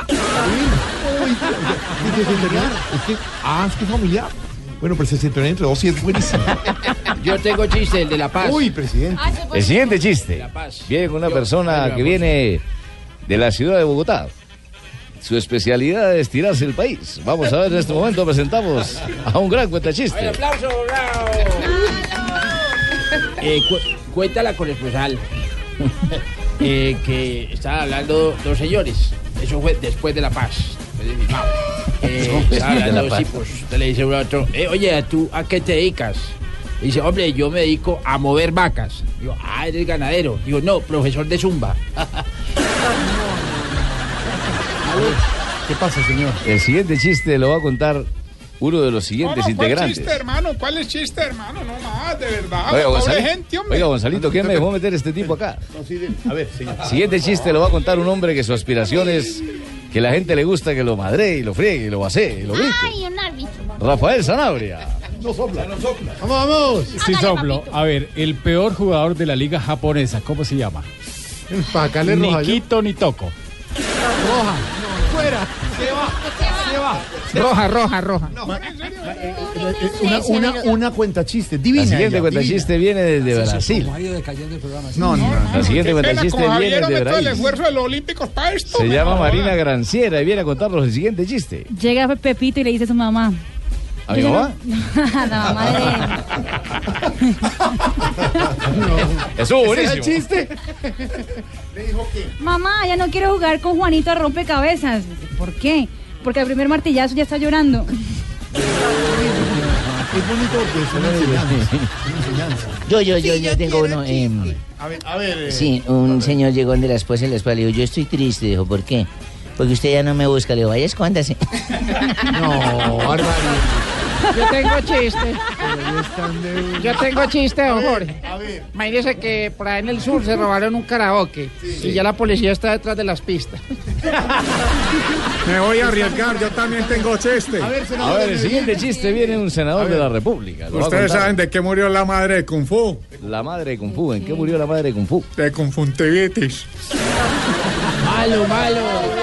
Ah, es que es familiar. Bueno, pero sesenta y nueve entre dos sí es buenísimo. Yo tengo chiste, el de La Paz. Uy, presidente. El siguiente chiste. Viene con una persona que viene de la ciudad de Bogotá. Su especialidad es tirarse el país. Vamos a ver, en este momento presentamos a un gran cuentachiste. ¡Un aplauso, bravo! Eh, cu cuenta la corresponsal eh, que estaban hablando dos señores. Eso fue después de La Paz. Eh, estaba hablando, sí, pues usted le dice a uno a otro, eh, oye, ¿tú a qué te dedicas? Y dice, hombre, yo me dedico a mover vacas. Digo, ah, eres ganadero. Digo, no, profesor de Zumba. ¿Qué pasa, señor? El siguiente chiste lo va a contar uno de los siguientes no, no, ¿cuál integrantes. chiste, hermano? ¿Cuál es chiste, hermano? No más, de verdad. Oiga, Gonzalo, gente, oiga, Gonzalito, ¿quién me dejó meter este tipo acá? A ver, señor. Siguiente chiste lo va a contar un hombre que su aspiración es que la gente le gusta que lo madree y lo friegue y lo basee y lo grite. Ay, un árbitro. Rafael Sanabria. No sopla, no sopla. Vamos, vamos. Sí soplo. A ver, el peor jugador de la liga japonesa, ¿cómo se llama? Nikito Nitoko. Roja. Fuera. Se va. Se va. Roja, roja, roja. No, una, una, una cuenta chiste divina. La siguiente ella, cuenta divina. chiste viene desde Brasil. No, no, no. La siguiente cuenta chiste viene desde Brasil. El esfuerzo de los olímpicos para esto. Se llama Marina Granciera y viene a contarnos el siguiente chiste. Llega Pepito y le dice a su mamá. ¿A mi mamá? La mamá de... Eso es buenísimo. ¿El chiste? Le dijo que... Mamá, ya no quiero jugar con Juanito a rompecabezas. ¿Por qué? Porque el primer martillazo ya está llorando. Es bonito porque es una enseñanza. Yo, yo, yo, yo tengo uno. Eh, a ver, a ver. Eh, sí, un señor llegó donde la esposa y la esposa le dijo, yo estoy triste. Dijo, ¿por qué? Porque usted ya no me busca. Le digo, vaya, escóndase. No, barbaridad. Yo tengo chiste. Yo tengo chiste, don Jorge. A ver. Imagínese que por ahí en el sur se robaron un karaoke sí, y ya la policía está detrás de las pistas. Me voy a arriesgar, yo también tengo chiste. A ver, a ver el siguiente chiste viene de un senador de la República. ¿Ustedes saben de qué murió la madre de Kung Fu? La madre de Kung Fu. ¿En qué murió la madre de Kung Fu? De conjuntivitis. Malo, malo.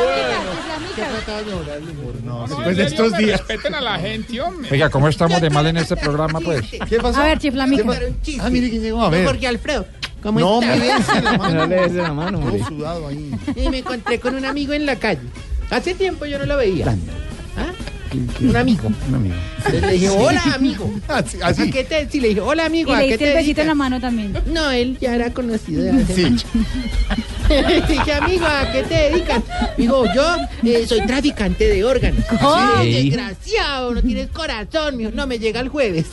No, después de estos días. Respeten a la gente, hombre. Oiga, ¿cómo estamos de mal en este programa, pues? ¿Qué pasó? A ver, chiflamica. Ah, mire quién llegó, a ver. Jorge Alfredo. ¿Cómo no, está? me des la mano. No le des la mano, hombre. Todo sudado ahí. Y me encontré con un amigo en la calle. Hace tiempo yo no lo veía. ¿Ah? Un amigo. Un amigo. Entonces le dije, hola, amigo. Así. así. ¿A qué te sí, le dije, hola, amigo. Y ¿a le qué diste te el besito dedicas? en la mano también. No, él ya era conocido de hace Sí. mucho. Dije, amigo, ¿a qué te dedicas? Digo, yo eh, soy traficante de órganos. Sí. Desgraciado, no tienes corazón, mijo. No me llega el jueves.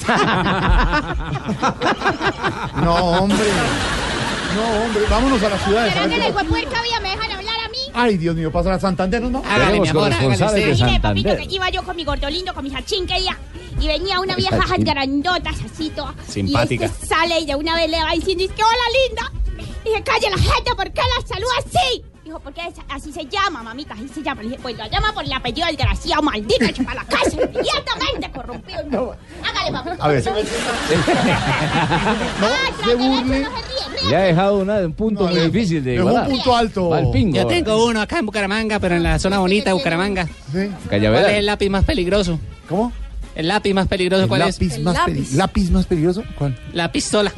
No, hombre. No, hombre. Vámonos a la ciudad de Pero que Santander. le puerca vía, ¿me dejan hablar a mí? Ay, Dios mío, pasa a Santander, ¿no? Hágale, mi amor, corresponsales de Mire, papito, Santander. que iba yo con mi gordolindo, con mi sachín que iba. Y venía una Esa vieja chin. grandotas así toda. Simpática. Y este sale y de una vez le va diciendo, es que hola linda. Dije, calle la gente, ¿por qué la saluda así? Dijo, porque es- así se llama, mamita, así se llama. Le dije, pues lo llama por el apellido desgraciado, maldito, echa para la casa, inmediatamente corrompido. No. Hágale, papá. A ver. No, se burle. Le ha dejado una, un punto muy difícil de Es un igualar. punto alto. Valpingo. Yo tengo uno acá en Bucaramanga, pero en la zona bonita de Bucaramanga. Cañaveral. ¿Cuál es el lápiz más peligroso? ¿Cómo? ¿El lápiz más peligroso cuál es? lápiz más peli- ¿Lápiz más peligroso? ¿Cuál? La pistola.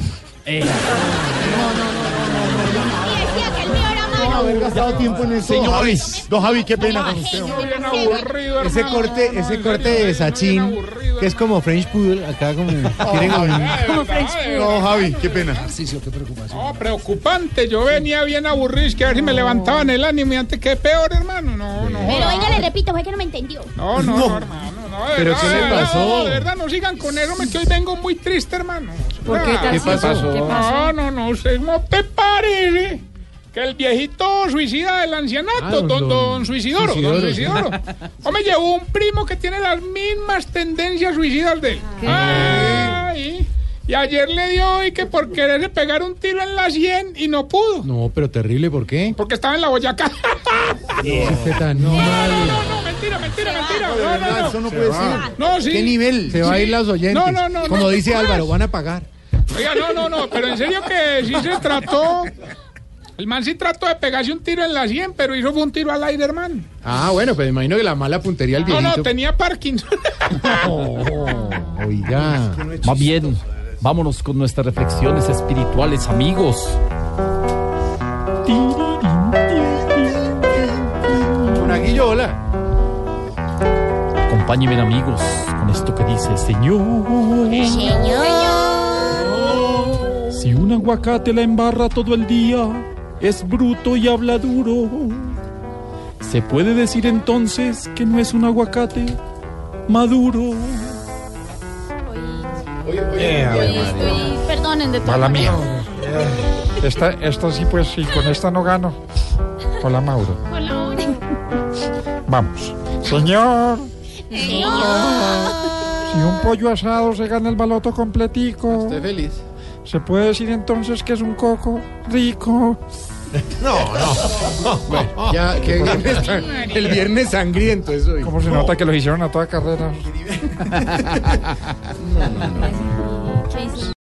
No haber gastado tiempo en eso. Señores. Don Javi, qué pena con usted. Ese corte, ese corte de Sachin, que es como French Poodle, acá como tiene como un- No, Javi, qué pena. qué preocupación. No, preocupante. Yo venía bien aburrido, es que a ver si me levantaban el ánimo y antes que peor, hermano. No, no. Pero venga, le repito, fue que no me entendió. No, no, no, hermano. No, de ¿Pero verdad, qué le de verdad, pasó? no, de verdad, no sigan con eso, me que hoy vengo muy triste, hermano. ¿Por qué, Ah, Tarcisio? ¿Qué pasó? ¿Qué pasó? No, no, no, usted no te parece que el viejito suicida del ancianato, Ah, don, don- don, don Suicidoro, Suicidoro, don sí. Suicidoro. O me llevó un primo que tiene las mismas tendencias suicidas de él. Ay, y ayer le dio y que por quererle pegar un tiro en la sien y no pudo. No, pero terrible, ¿por qué? Porque estaba en la Boyacá. Este tan No, mal. no, no, no, mentira, mentira, mentira. No, de No, verdad, no, eso no. no puede va. ser. No, sí. ¿Qué nivel? Se va a ir los oyentes. No, no, no, Como no. dice Álvaro, van a pagar. Oiga, no, no, no, pero en serio que sí se trató. El man sí trató de pegarse un tiro en la sien, pero hizo fue un tiro al aire, hermano. Ah, bueno, pero imagino que la mala puntería al No, viejito. no, tenía Parkinson. Oiga. Más bien, vámonos con nuestras reflexiones espirituales, amigos. Monaguillo, hola. Acompáñenme, amigos, con esto que dice, Señor. Si un aguacate la embarra todo el día, es bruto y habla duro. ¿Se puede decir entonces que no es un aguacate maduro? Estoy, perdonen de todo. Mala mía. Esta, esta sí, pues sí, con esta no gano. Hola, Mauro. Hola, hola. Vamos. Señor, si un pollo asado se gana el baloto completico, Estoy feliz. ¿se puede decir entonces que es un coco rico? No, no. Bueno, ya, que viernes tan- el viernes sangriento eso. ¿Cómo se nota que los hicieron a toda carrera? ¿Qué dice?